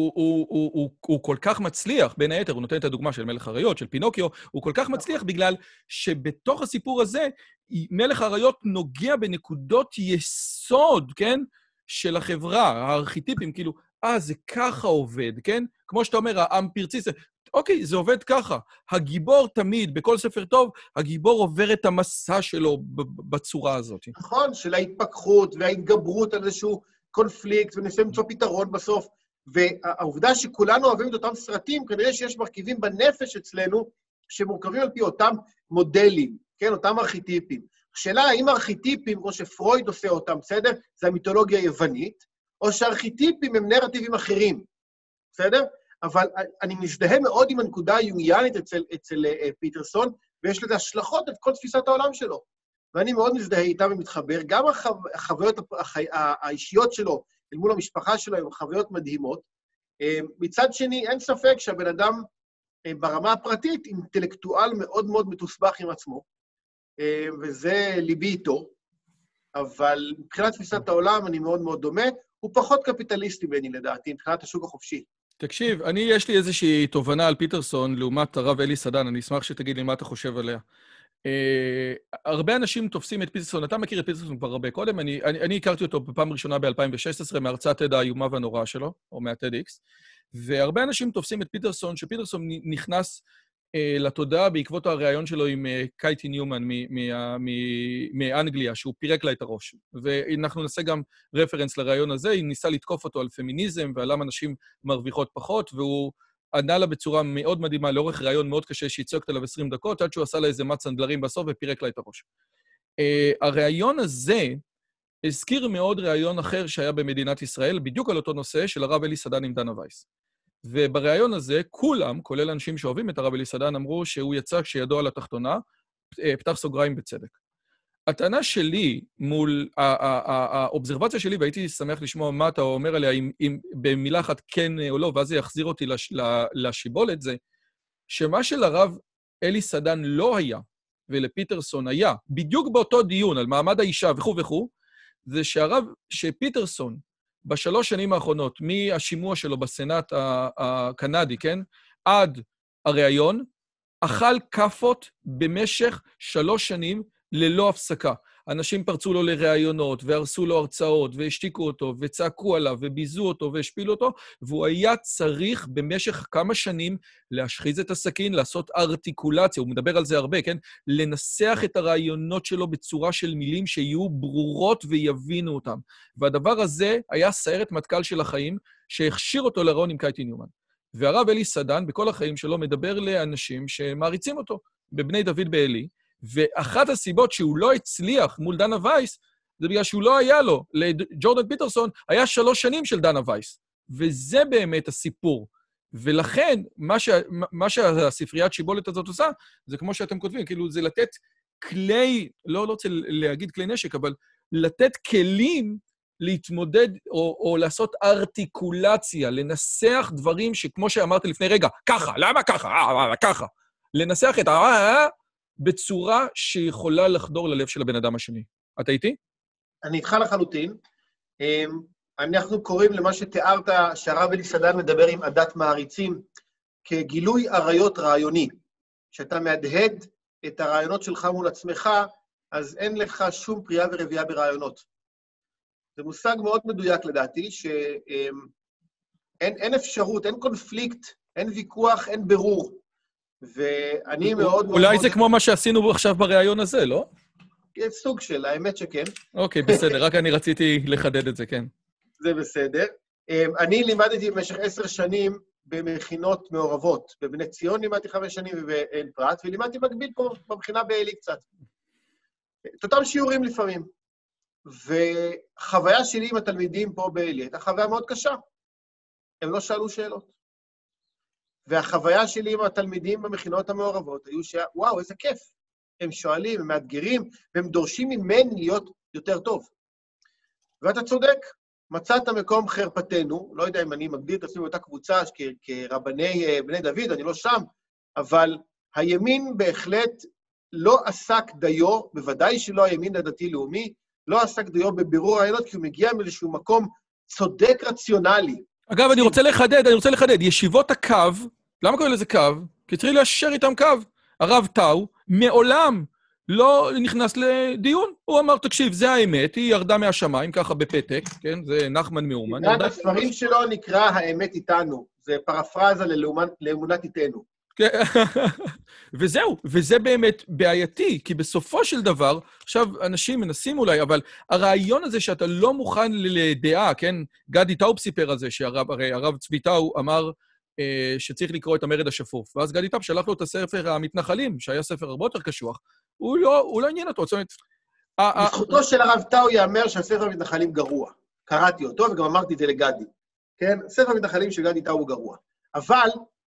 הוא כל כך מצליח, בין היתר, הוא נותן את הדוגמה של מלך האריות, של פינוקיו, הוא כל כך מצליח בגלל שבתוך הסיפור הזה, מלך האריות נוגע בנקודות יסוד, כן, של החברה, הארכיטיפים, כאילו, זה ככה עובד, כן? כמו שאתה אומר, האמפירציסט, אוקיי, זה עובד ככה. הגיבור תמיד, בכל ספר טוב, הגיבור עובר את המסע שלו בצורה הזאת. נכון, של ההתפכחות וההתגברות על איזשהו קונפליקט, ונסה למצוא פתרון בסוף. והעובדה שכולנו אוהבים את אותם סרטים, כנראה שיש מרכיבים בנפש אצלנו, שמורכבים על פי אותם מודלים, כן, אותם ארכיטיפים. השאלה, האם ארכיטיפים, כמו שפרויד עושה אותם, בסדר? זה המיתולוגיה היוונית, או שארכיטיפים הם נרטיבים אחרים, בסדר? אבל אני מזדהה מאוד עם הנקודה היונגיאנית אצל פיטרסון, ויש לזה השלכות את כל תפיסת העולם שלו. ואני מאוד מזדהה איתה ומתחבר, גם החוויות האישיות שלו, אל מול המשפחה שלו, הן חוויות מדהימות. מצד שני, אין ספק שהבן אדם ברמה הפרטית, אינטלקטואל מאוד מאוד מתוסבך עם עצמו, וזה ליבי איתו, אבל מבחינת תפיסת העולם אני מאוד מאוד דומה, הוא פחות קפיטליסטי בעיני לדעתי, מבחינת השוק החופשי. תקשיב, יש לי איזושהי תובנה על פיטרסון, לעומת הרב אלי סדן, אני אשמח שתגיד לי מה אתה חושב עליה. הרבה אנשים תופסים את פיטרסון, אתה מכיר את פיטרסון כבר הרבה קודם, אני הכרתי אותו בפעם ראשונה ב-2016, מהרצאת TED האיומה והנוראה שלו, או מה-TEDx, והרבה אנשים תופסים את פיטרסון, שפיטרסון נכנס לתודעה בעקבות הריאיון שלו עם קייטי ניומן מאנגליה, שהוא פירק לה את הראש. ואנחנו נעשה גם רפרנס לריאיון הזה, היא ניסה לתקוף אותו על פמיניזם ועל למה נשים מרוויחות פחות, והוא ענה לה בצורה מאוד מדהימה, לאורך ריאיון מאוד קשה שהיא צועקת עליו 20 דקות, עד שהוא עשה לה איזה מצנדלרים בסוף ופירק לה את הראש. הריאיון הזה הזכיר מאוד ריאיון אחר שהיה במדינת ישראל, בדיוק על אותו נושא של הרב אלי סדן עם דנה וייס. ובריאיון הזה, כולם, כולל אנשים שאוהבים את הרב אלי סדן, אמרו שהוא יצא כשידו על התחתונה, פתח סוגריים בצדק. הטענה שלי מול האובזרבציה שלי, והייתי שמח לשמוע מה אתה אומר עליה, אם במילה אחת כן או לא, ואז זה יחזיר אותי לשיבולת, זה שמה שלרב אלי סדן לא היה, ולפיטרסון היה, בדיוק באותו דיון על מעמד האישה וכו' וכו', זה שפיטרסון, בשלוש שנים האחרונות, מהשימוע שלו בסנאט הקנדי, כן? עד הריאיון, אכל כפות במשך 3 שנים ללא הפסקה. אנשים פרצו לו לראיונות, והרסו לו הרצאות, והשתיקו אותו, וצעקו עליו, וביזו אותו, והשפילו אותו, והוא היה צריך במשך כמה שנים להשחיז את הסכין, לעשות ארטיקולציה, הוא מדבר על זה הרבה, כן? לנסח את הרעיונות שלו בצורה של מילים שיהיו ברורות ויבינו אותם. והדבר הזה היה סיירת מטכ"ל של החיים, שהכשיר אותו לראיון עם קייטי ניומן. והרב אלי סדן, בכל החיים שלו, מדבר לאנשים שמעריצים אותו, בבני דוד בעלי, ואחת הסיבות שהוא לא הצליח מול דנה וייס, זה בגלל שהוא לא היה לו. לג'ורדן פיטרסון היה 3 שנים של דנה וייס. וזה באמת הסיפור. ולכן, מה שהספריית שיבולת הזאת עושה, זה כמו שאתם כותבים, כאילו זה לתת כלי, לא רוצה להגיד כלי נשק, אבל לתת כלים להתמודד או לעשות ארטיקולציה, לנסח דברים שכמו שאמרתי לפני רגע, ככה, למה ככה? ככה. לנסח את בצורה שיכולה לחדור ללב של הבן אדם השני. אתה איתי? אני איתך לחלוטין. אנחנו קוראים למה שתיארת, שהרב אלי סדן מדבר עם עדת מעריצים, כגילוי עריות רעיוני. כשאתה מהדהד את הרעיונות שלך מול עצמך, אז אין לך שום פריאה ורבייה ברעיונות. זה מושג מאוד מדויק לדעתי, שאין אפשרות, אין קונפליקט אין ויכוח, אין ברור. ואני מאוד... אולי זה כמו מה שעשינו עכשיו בריאיון הזה, לא? סוג של, האמת שכן. אוקיי, בסדר, רק אני רציתי לחדד את זה, כן. זה בסדר. אני לימדתי במשך 10 שנים במכינות מעורבות. בבני ציון לימדתי 5 שנים ובעין פרת, ולימדתי מקביל פה במכינה בעלי קצת. את אותם שיעורים לפעמים. וחוויה שלי עם התלמידים פה בעלי הייתה חוויה מאוד קשה. הם לא שאלו שאלות. והחוויה שלי עם התלמידים במכינות המעורבות היו וואו, איזה כיף. הם שואלים, הם מאתגרים, והם דורשים ממני להיות יותר טוב. ואתה צודק, מצאת מקום חרפתנו, לא יודע אם אני מגדיר את עצמי באותה קבוצה כרבני בני דוד, אני לא שם, אבל הימין בהחלט לא עסק דיו, בוודאי שלא הימין הדתי-לאומי, לא עסק דיו בבירור רעיונות, כי הוא מגיע מאיזשהו מקום צודק רציונלי. אגב, אני רוצה לחדד, ישיבות הקו, למה קוראים לזה קו? כי צריך ליישר איתם קו. הרב טאו מעולם לא נכנס לדיון. הוא אמר, תקשיב, זה האמת, היא ירדה מהשמיים, ככה בפתק, כן? זה נחמן מאומן. אחד הספרים שלו נקרא האמת איתנו. זה פרפרזה לאמונת איתנו. וזהו, וזה באמת בעייתי, כי בסופו של דבר, עכשיו אנשים מנסים אולי, אבל הרעיון הזה שאתה לא מוכן לדעה, כן? גדי טאוב סיפר על זה, שהרי הרב צבי טאו אמר שצריך לקרוא את המרד השפוף, ואז גדי טאוב שלח לו את הספר המתנחלים, שהיה ספר הרבה יותר קשוח, הוא לא עניין אותו, זאת אומרת... בזכותו של הרב טאו יאמר שהספר המתנחלים גרוע. קראתי אותו וגם אמרתי את זה לגדי. כן? ספר המתנחלים של גדי טאו הוא גרוע. אבל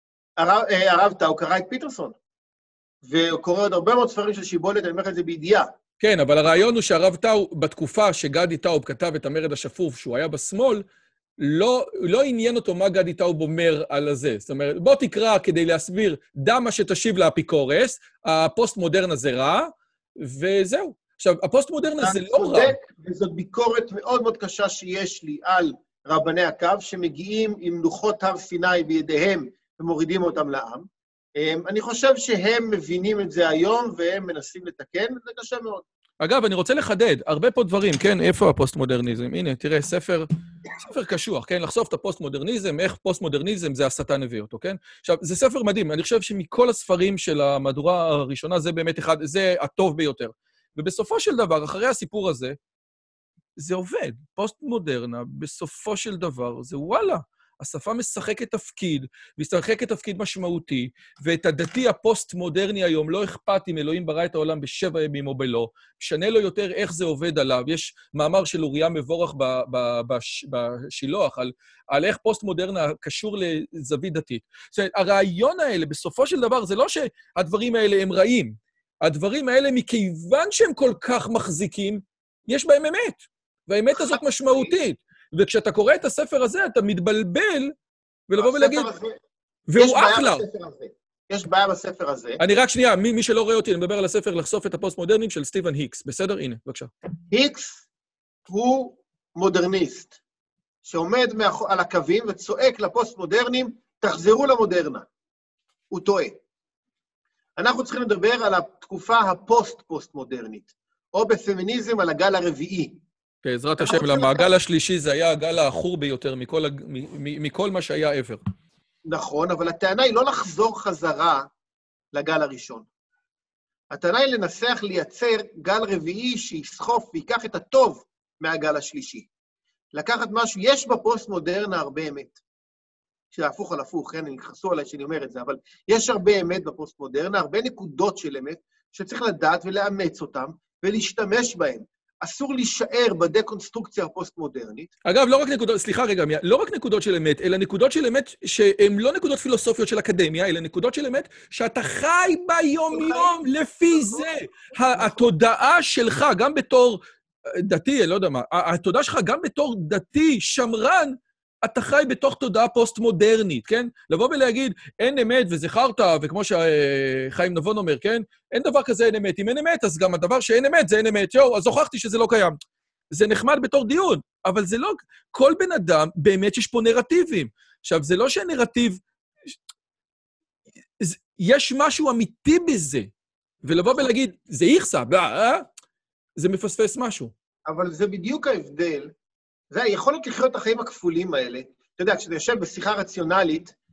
הרב טאו קרא את פיטרסון, והוא קורא עוד הרבה מאוד ספרים של שיבולת, אני אומר את זה בידיעה. כן, אבל הרעיון הוא שהרב טאו, בתקופה שגדי טאוב כתב את המרד השפוף, שהוא היה בשמאל, לא עניין אותו מה גדי טאוב אומר על הזה. זאת אומרת, בוא תקרא כדי להסביר, דמה שתשיב לאפיקורס, הפוסט-מודרן הזה רע, וזהו. עכשיו, הפוסט-מודרן הזה לא רע. וזאת ביקורת מאוד מאוד קשה שיש לי על רבני הקו, שמגיעים עם לוחות הר סיני בידיהם, ומורידים אותם לעם. אני חושב שהם מבינים את זה היום, והם מנסים לתקן, זה קשה מאוד. אגב, אני רוצה לחדד, הרבה פה דברים, כן? איפה הפוסט-מודרניזם? הנה, תראה, ספר קשוח, כן? לחשוף את הפוסט-מודרניזם, איך פוסט-מודרניזם זה השטן הביא אותו, כן? עכשיו, זה ספר מדהים, אני חושב שמכל הספרים של המהדורה הראשונה, זה באמת זה הטוב ביותר. ובסופו של דבר, אחרי הסיפור הזה, זה עובד. פוסט-מודרנה, בסופו של דבר, זה וואלה. השפה משחקת תפקיד, משחקת תפקיד משמעותי, ואת הדתי הפוסט-מודרני היום לא אכפת אם אלוהים ברא את העולם ב7 ימים או בלא, משנה לו יותר איך זה עובד עליו. יש מאמר של אוריה מבורך בשילוח, על איך פוסט-מודרנה קשור לזווית דתית. זאת אומרת, הרעיון האלה, בסופו של דבר, זה לא שהדברים האלה הם רעים. הדברים האלה, מכיוון שהם כל כך מחזיקים, יש בהם אמת, והאמת הזאת משמעותית. וכשאתה קורא את הספר הזה, אתה מתבלבל, ולבוא ולהגיד, והוא אחלה. יש בעיה בספר הזה. אני רק שנייה, מי שלא רואה אותי, אני מדבר על הספר לחשוף את הפוסט-מודרנים של סטיבן היקס. בסדר? הנה, בבקשה. היקס הוא מודרניסט, שעומד על הקווים וצועק לפוסט-מודרנים, תחזרו למודרנה. הוא טועה. אנחנו צריכים לדבר על התקופה הפוסט-פוסט-מודרנית, או בפמיניזם על הגל הרביעי. בעזרת השם, למעגל השלישי זה היה הגל האחור ביותר מכל מה שהיה ever. נכון, אבל הטענה היא לא לחזור חזרה לגל הראשון. הטענה היא לנסח לייצר גל רביעי שיסחוף ויקח את הטוב מהגל השלישי. לקחת משהו, יש בפוסט-מודרנה הרבה אמת. שהפוך על הפוך, כן, אני נכנסו עליי שאני אומר את זה, אבל יש הרבה אמת בפוסט-מודרנה, הרבה נקודות של אמת, שצריך לדעת ולאמץ אותם ולהשתמש בהם. אסור להישאר בדקונסטרוקציה הפוסט-מודרנית. אגב, לא רק נקודות, סליחה רגע, לא רק נקודות של אמת, אלא נקודות של אמת שהן לא נקודות פילוסופיות של אקדמיה, אלא נקודות של אמת שאתה חי ביום-יום לפי זה. התודעה שלך, גם בתור דתי, לא יודע מה, התודעה שלך גם בתור דתי, שמרן, אתה חי בתוך תודעה פוסט-מודרנית, כן? לבוא ולהגיד, אין אמת וזכרת, וכמו שחיים נבון אומר, כן? אין דבר כזה אין אמת. אם אין אמת, אז גם הדבר שאין אמת זה אין אמת. יואו, אז הוכחתי שזה לא קיים. זה נחמד בתור דיון, אבל זה לא... כל בן אדם, באמת שיש פה נרטיבים. עכשיו, זה לא שהנרטיב... יש משהו אמיתי בזה, ולבוא ולהגיד, זה איכסה, זה מפספס משהו. אבל זה בדיוק ההבדל. זה היכולת לחיות את החיים הכפולים האלה. אתה יודע, כשאתה יושב בשיחה רציונלית,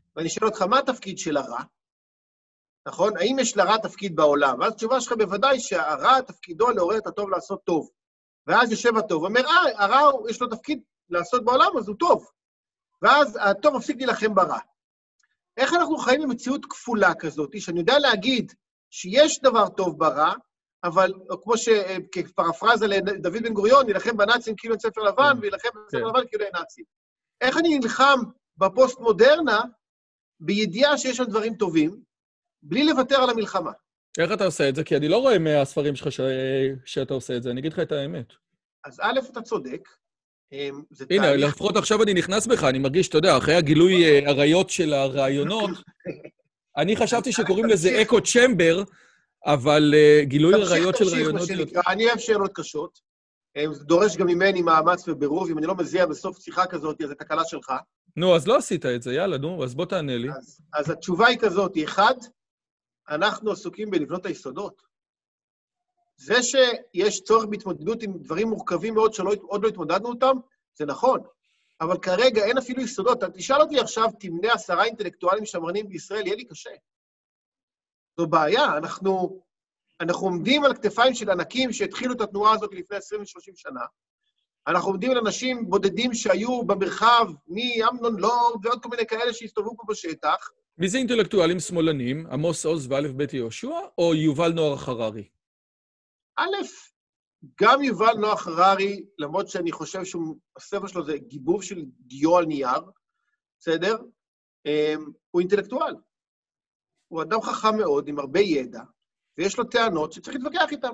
ואני שואל אותך, מה התפקיד של הרע? נכון? האם יש לרע תפקיד בעולם? ואז התשובה שלך בוודאי שהרע תפקידו לעורר את הטוב לעשות טוב. ואז יושב הטוב, אומר, הרע יש לו תפקיד לעשות בעולם, אז הוא טוב. ואז הטוב מפסיק להילחם ברע. איך אנחנו חיים במציאות כפולה כזאת, שאני יודע להגיד שיש דבר טוב ברע, אבל כמו שכפרפרזה לדוד בן גוריון, ילחם בנאצים כאילו אין ספר לבן, וילחם בספר לבן כאילו אין נאצים. איך אני נלחם בפוסט-מודרנה, בידיעה שיש שם דברים טובים, בלי לוותר על המלחמה? איך אתה עושה את זה? כי אני לא רואה מהספרים שלך שאתה עושה את זה, אני אגיד לך את האמת. אז א', אתה צודק. הנה, לפחות עכשיו אני נכנס בך, אני מרגיש, אתה יודע, אחרי הגילוי עריות של הרעיונות, אני חשבתי שקוראים לזה אקו צ'מבר, אבל גילוי עריות של רעיונות... אני אוהב שאלות קשות, זה דורש גם ממני מאמץ ובירור, אם אני לא מזיע בסוף שיחה כזאת, אז זה תקלה שלך. נו, אז לא עשית את זה, יאללה, נו, אז בוא תענה לי. אז התשובה היא כזאת, אחד, אנחנו עסוקים בלבנות היסודות. זה שיש צורך בהתמודדות עם דברים מורכבים מאוד שעוד לא התמודדנו אותם, זה נכון. אבל כרגע אין אפילו יסודות. תשאל אותי עכשיו, תמנה 10 אינטלקטואלים שמרנים בישראל, יהיה לי קשה. זו בעיה. אנחנו עומדים על כתפיים של ענקים שהתחילו את התנועה הזאת לפני 20 ו-30 שנה. אנחנו עומדים על אנשים בודדים שהיו במרחב, מאמנון לורד ועוד כל מיני כאלה שהסתובבו פה בשטח. מי זה אינטלקטואלים שמאלנים? עמוס עוז ואלף בית יהושע, או יובל נוח הררי? א', גם יובל נוח הררי, למרות שאני חושב שהספר שלו זה גיבוב של דיו על נייר, בסדר? הוא אינטלקטואל. הוא אדם חכם מאוד, עם הרבה ידע, ויש לו טענות שצריך להתווכח איתן.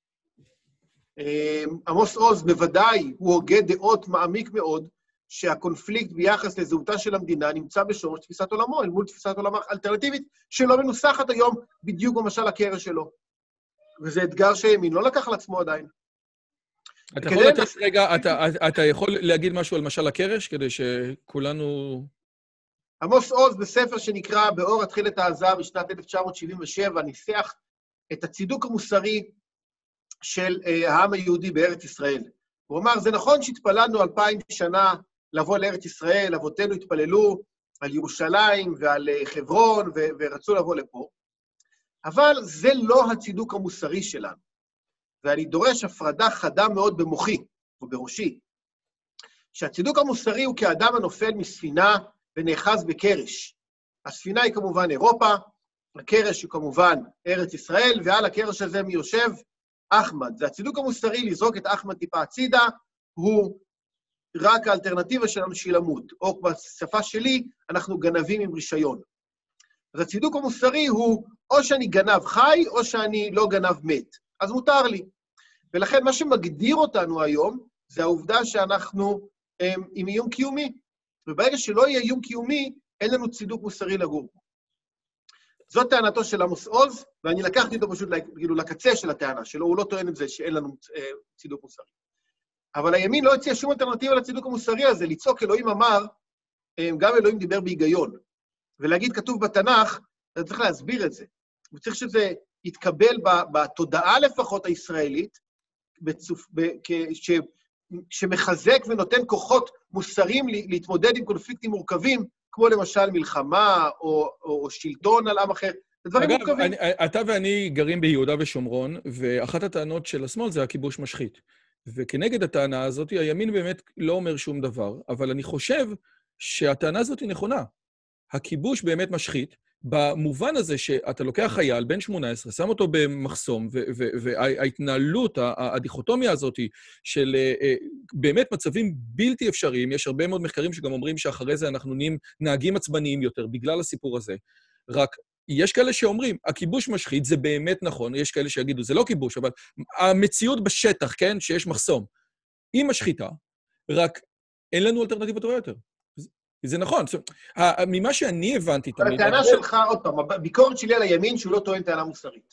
עמוס עוז בוודאי הוא הוגה דעות מעמיק מאוד, שהקונפליקט ביחס לזהותה של המדינה נמצא בשורש תפיסת עולמו, אל מול תפיסת עולם אלטרנטיבית, שלא מנוסחת היום בדיוק במשל הקרש שלו. וזה אתגר שהימין לא לקח על עצמו עדיין. אתה יכול לתת רגע, אתה יכול להגיד משהו על משל הקרש, כדי שכולנו... עמוס עוז בספר שנקרא באור התחילת העזה בשנת 1977, ניסח את הצידוק המוסרי של העם היהודי בארץ ישראל. הוא אמר, זה נכון שהתפללנו 2000 שנה לבוא לארץ ישראל, אבותינו התפללו על ירושלים ועל חברון ורצו לבוא לפה, אבל זה לא הצידוק המוסרי שלנו. ואני דורש הפרדה חדה מאוד במוחי, או בראשי, שהצידוק המוסרי הוא כאדם הנופל מספינה ונאחז בקרש. הספינה היא כמובן אירופה, הקרש הוא כמובן ארץ ישראל, ועל הקרש הזה מי יושב? אחמד. והצידוק המוסרי לזרוק את אחמד טיפה הצידה, הוא רק האלטרנטיבה שלנו שהיא למות. או בשפה שלי, אנחנו גנבים עם רישיון. אז הצידוק המוסרי הוא או שאני גנב חי, או שאני לא גנב מת. אז מותר לי. ולכן מה שמגדיר אותנו היום, זה העובדה שאנחנו עם איום קיומי. וברגע שלא יהיה איום קיומי, אין לנו צידוק מוסרי לגור. זאת טענתו של עמוס עוז, ואני לקחתי אותו פשוט כאילו לקצה של הטענה שלו, הוא לא טוען את זה שאין לנו צידוק מוסרי. אבל הימין לא הציע שום אלטרנטיבה לצידוק המוסרי הזה, לצעוק אלוהים אמר, גם אלוהים דיבר בהיגיון. ולהגיד כתוב בתנ"ך, אתה צריך להסביר את זה. וצריך שזה יתקבל בתודעה לפחות הישראלית, שמחזק ונותן כוחות מוסריים להתמודד עם קונפליקטים מורכבים, כמו למשל מלחמה או שלטון על עם אחר. זה דברים מורכבים. אתה ואני גרים ביהודה ושומרון, ואחת הטענות של השמאל זה הכיבוש משחית. וכנגד הטענה הזאת, הימין באמת לא אומר שום דבר, אבל אני חושב שהטענה הזאת היא נכונה. הכיבוש באמת משחית, במובן הזה שאתה לוקח חייל בן 18, שם אותו במחסום, וההתנהלות, הדיכוטומיה הזאת של באמת מצבים בלתי אפשריים, יש הרבה מאוד מחקרים שגם אומרים שאחרי זה אנחנו נהיים נהגים עצבניים יותר, בגלל הסיפור הזה. רק יש כאלה שאומרים, הכיבוש משחית, זה באמת נכון, יש כאלה שיגידו, זה לא כיבוש, אבל המציאות בשטח, כן, שיש מחסום, היא משחיתה, רק אין לנו אלטרנטיבה טובה יותר. זה נכון, ממה שאני הבנתי תמיד... הטענה שלך, עוד פעם, הביקורת שלי על הימין שהוא לא טוען טענה מוסרית.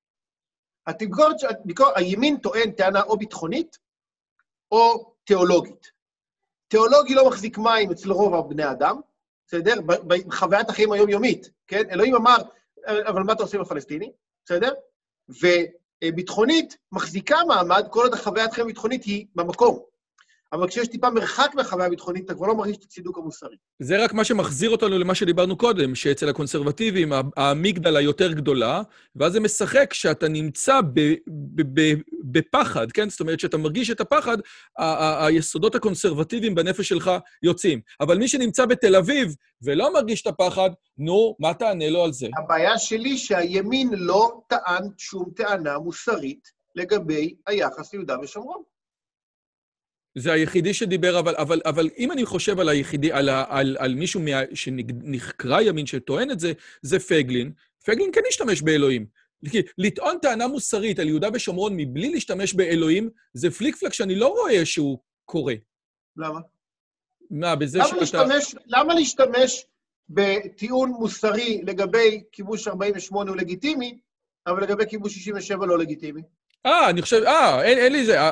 הימין טוען טענה או ביטחונית או תיאולוגית. תיאולוגי לא מחזיק מים אצל רוב בני אדם, בסדר? בחוויית החיים היומיומית, כן? אלוהים אמר, אבל מה אתה עושה עם הפלסטיני? בסדר? וביטחונית מחזיקה מעמד, כל עוד החוויית החיים הביטחונית היא במקום. אבל כשיש טיפה מרחק מהחוויה הביטחונית, אתה כבר לא מרגיש את הצידוק המוסרי. זה רק מה שמחזיר אותנו למה שדיברנו קודם, שאצל הקונסרבטיבים האמיגדלה יותר גדולה, ואז זה משחק שאתה נמצא בפחד, כן? זאת אומרת, שאתה מרגיש את הפחד, היסודות הקונסרבטיביים בנפש שלך יוצאים. אבל מי שנמצא בתל אביב ולא מרגיש את הפחד, נו, מה תענה לו על זה? הבעיה שלי שהימין לא טען שום טענה מוסרית לגבי היחס ליהודה ושומרון. זה היחידי שדיבר, אבל אם אני חושב על היחידי, על מישהו שנחקרא ימין שטוען את זה, זה פייגלין. פייגלין כן השתמש באלוהים. לטעון טענה מוסרית על יהודה ושומרון מבלי להשתמש באלוהים, זה פליק פלק שאני לא רואה שהוא קורה. למה? מה, בזה שאתה... למה להשתמש בטיעון מוסרי לגבי כיבוש 48 הוא לגיטימי, אבל לגבי כיבוש 67 לא לגיטימי? אני חושב, אין לי זה.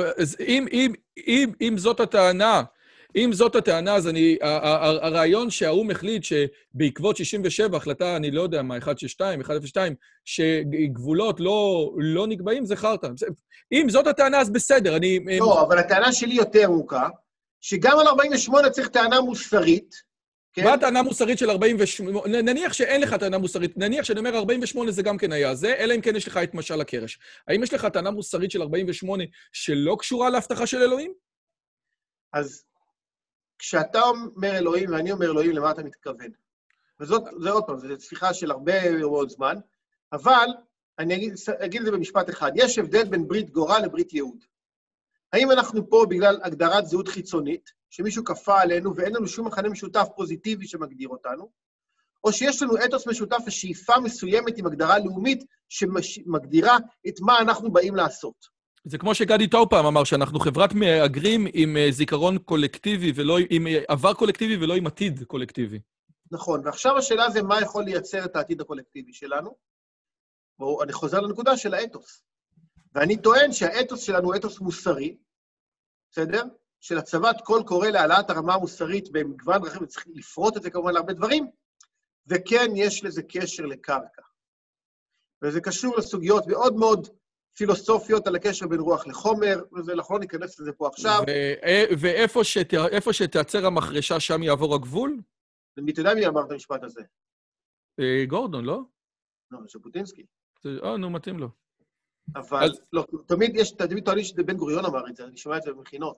אם זאת הטענה, אז הרעיון שהאום החליט שבעקבות 67, החלטה, אני לא יודע מה, 162, שגבולות לא נקבעים, זה חרטא. אם זאת הטענה, אז בסדר, לא, אבל הטענה שלי יותר ארוכה, שגם על 48 צריך טענה מוסרית, מה הטענה מוסרית של 48? נניח שאין לך טענה מוסרית, נניח שאני אומר 48 זה גם כן היה זה, אלא אם כן יש לך את משל הקרש. האם יש לך טענה מוסרית של 48 שלא קשורה להבטחה של אלוהים? אז כשאתה אומר אלוהים ואני אומר אלוהים, למה אתה מתכוון? וזאת, זה עוד פעם, זו שיחה של הרבה מאוד זמן, אבל אני אגיד את זה במשפט אחד. יש הבדל בין ברית גורל לברית ייעוד. האם אנחנו פה בגלל הגדרת זהות חיצונית, שמישהו כפה עלינו ואין לנו שום מכנה משותף פוזיטיבי שמגדיר אותנו, או שיש לנו אתוס משותף ושאיפה מסוימת עם הגדרה לאומית שמגדירה את מה אנחנו באים לעשות. זה כמו שגדי טאו פעם אמר, שאנחנו חברת מהגרים עם זיכרון קולקטיבי, עם עבר קולקטיבי ולא עם עתיד קולקטיבי. נכון, ועכשיו השאלה זה מה יכול לייצר את העתיד הקולקטיבי שלנו, ואני חוזר לנקודה של האתוס. ואני טוען שהאתוס שלנו הוא אתוס מוסרי, בסדר? של הצבת קול קורא להעלאת הרמה המוסרית במגוון דרכים, וצריך לפרוט את זה כמובן להרבה דברים, וכן יש לזה קשר לקרקע. וזה קשור לסוגיות מאוד מאוד פילוסופיות על הקשר בין רוח לחומר, וזה לא ניכנס לזה פה עכשיו. ואיפה שתעצר המחרשה, שם יעבור הגבול? מי תדע מי אמר את המשפט הזה? גורדון, לא? לא, ז'בוטינסקי. נו, מתאים לו. אבל, לא, תמיד טוענים שבן גוריון אמר את זה, אני שומע את זה במכינות.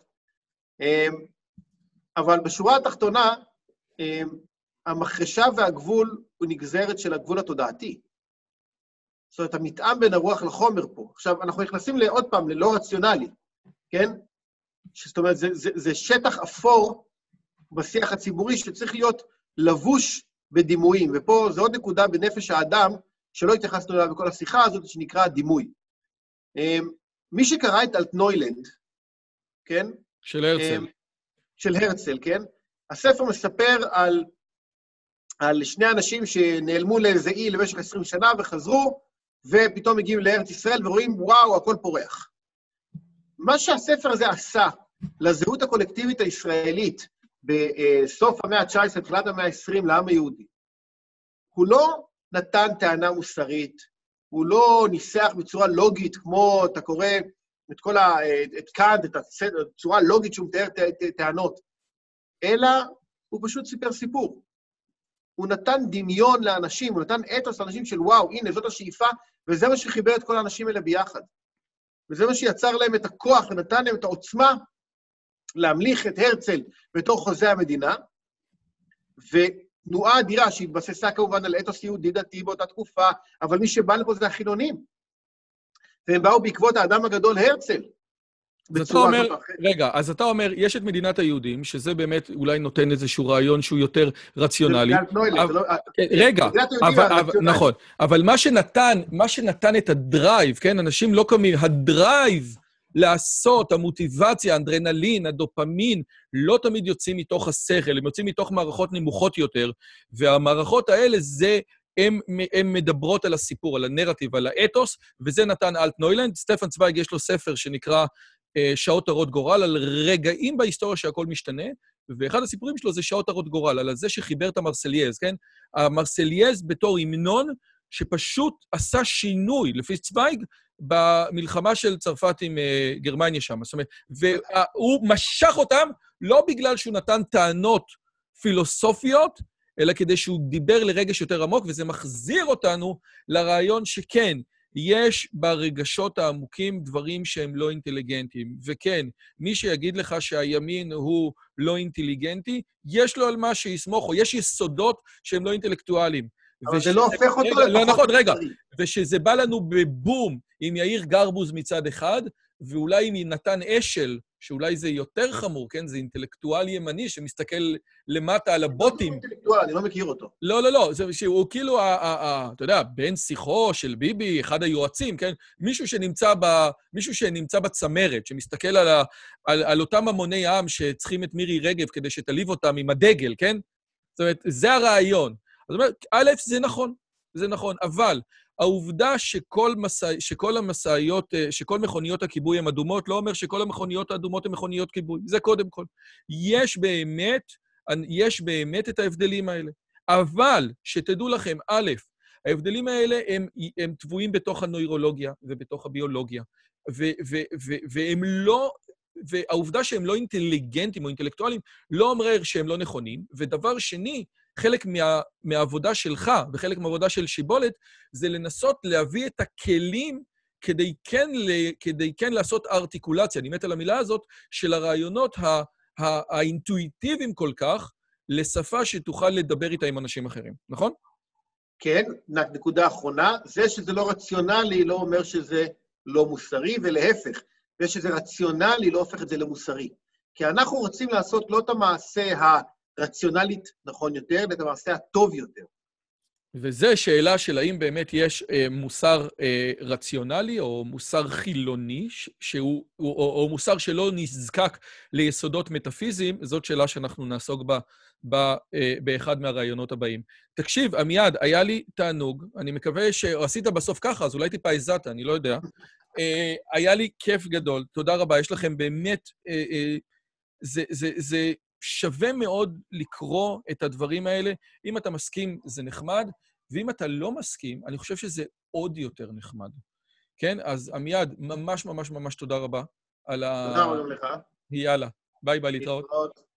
אבל בשורה התחתונה, המחרשה והגבול הוא נגזרת של הגבול התודעתי. זאת אומרת, המתאם בין הרוח לחומר פה. עכשיו, אנחנו נכנסים לעוד פעם, ללא רציונלי, כן? זאת אומרת, זה שטח אפור בשיח הציבורי שצריך להיות לבוש בדימויים, ופה זו עוד נקודה בנפש האדם, שלא התייחסנו אליה בכל השיחה הזאת, שנקרא דימוי. מי שקרא את אלטנוילנד, כן? של הרצל. של הרצל, כן? הספר מספר על שני אנשים שנעלמו לאיזה אי למשך 20 שנה וחזרו, ופתאום מגיעים לארץ ישראל ורואים, וואו, הכל פורח. מה שהספר הזה עשה לזהות הקולקטיבית הישראלית בסוף המאה ה-19, תחילת המאה ה-20 לעם היהודי, הוא לא נתן טענה מוסרית, הוא לא ניסח בצורה לוגית, כמו אתה קורא את קאנט, את הצורה הלוגית שהוא מתאר טענות, אלא הוא פשוט סיפר סיפור. הוא נתן דמיון לאנשים, הוא נתן אתוס לאנשים של וואו, הנה, זאת השאיפה, וזה מה שחיבר את כל האנשים האלה ביחד. וזה מה שיצר להם את הכוח, ונתן להם את העוצמה להמליך את הרצל בתור חוזה המדינה, ותנועה אדירה שהתבססה כמובן על אתוס יהודי דתי באותה תקופה, אבל מי שבא לפה זה החילונים. והם באו בעקבות האדם הגדול הרצל. אז אתה אומר, יש את מדינת היהודים, שזה באמת אולי נותן איזשהו רעיון שהוא יותר רציונלי. רגע, נכון, אבל מה שנתן את הדרייב, כן, אנשים לא קמים, הדרייב לעשות, המוטיבציה, האדרנלין, הדופמין, לא תמיד יוצאים מתוך השכל, הם יוצאים מתוך מערכות נמוכות יותר, והמערכות האלה הן מדברות על הסיפור, על הנרטיב, על האתוס, וזה נתן אלטנוילנד. סטפן צוויג יש לו ספר שנקרא שעות הרות גורל, על רגעים בהיסטוריה שהכל משתנה, ואחד הסיפורים שלו זה שעות הרות גורל, על זה שחיבר את המרסלייז, כן? המרסלייז בתור המנון שפשוט עשה שינוי, לפי צוויג, במלחמה של צרפת עם גרמניה שם. זאת אומרת, והוא משך אותם לא בגלל שהוא נתן טענות פילוסופיות, אלא כדי שהוא דיבר לרגש יותר עמוק, וזה מחזיר אותנו לרעיון שכן, יש ברגשות העמוקים דברים שהם לא אינטליגנטיים. וכן, מי שיגיד לך שהימין הוא לא אינטליגנטי, יש לו על מה שיסמוך, או יש יסודות שהם לא אינטלקטואליים. אבל זה לא הופך אותו לפחות. לא נכון, רגע. ושזה בא לנו בבום עם יאיר גרבוז מצד אחד, ואולי עם נתן אשל, שאולי זה יותר חמור, כן? זה אינטלקטואל ימני שמסתכל למטה על הבוטים. זה לא אינטלקטואל, אני לא מכיר אותו. לא, הוא כאילו, אתה יודע, בן שיחו של ביבי, אחד היועצים, כן? מישהו שנמצא בצמרת, שמסתכל על אותם המוני העם שצריכים את מירי רגב כדי שתליב אותם עם הדגל, כן? זאת אומרת, זה הרעיון. זאת אומרת, א', זה נכון, אבל העובדה שכל המסעיות, שכל מכוניות הכיבוי הן אדומות, לא אומר שכל המכוניות האדומות הן מכוניות כיבוי. זה קודם כל. יש באמת את ההבדלים האלה. אבל, שתדעו לכם, א', ההבדלים האלה הם טבועים בתוך הנוירולוגיה ובתוך הביולוגיה. והם לא, והעובדה שהם לא אינטליגנטים או אינטלקטואלים, לא אומר שהם לא נכונים. ודבר שני, חלק מהעבודה שלך וחלק מהעבודה של שיבולת, זה לנסות להביא את הכלים כדי כן לעשות ארטיקולציה, אני מת על המילה הזאת, של הרעיונות האינטואיטיביים כל כך, לשפה שתוכל לדבר איתה עם אנשים אחרים, נכון? כן, נקודה אחרונה, זה שזה לא רציונלי לא אומר שזה לא מוסרי, ולהפך, זה שזה רציונלי לא הופך את זה למוסרי. כי אנחנו רוצים לעשות לא את המעשה רציונלית נכון יותר, ואת המעשה הטוב יותר. וזו שאלה של האם באמת יש מוסר רציונלי, או מוסר חילוני, או מוסר שלא נזקק ליסודות מטאפיזיים, זאת שאלה שאנחנו נעסוק בה באחד מהרעיונות הבאים. תקשיב, עמיעד, היה לי תענוג, אני מקווה שעשית בסוף ככה, אז אולי טיפה הזעת, אני לא יודע. היה לי כיף גדול, תודה רבה, יש לכם באמת, זה שווה מאוד לקרוא את הדברים האלה. אם אתה מסכים, זה נחמד, ואם אתה לא מסכים, אני חושב שזה עוד יותר נחמד. כן? אז עמיעד, ממש ממש ממש תודה רבה על תודה רבה לך. יאללה, ביי ביי, להתראות.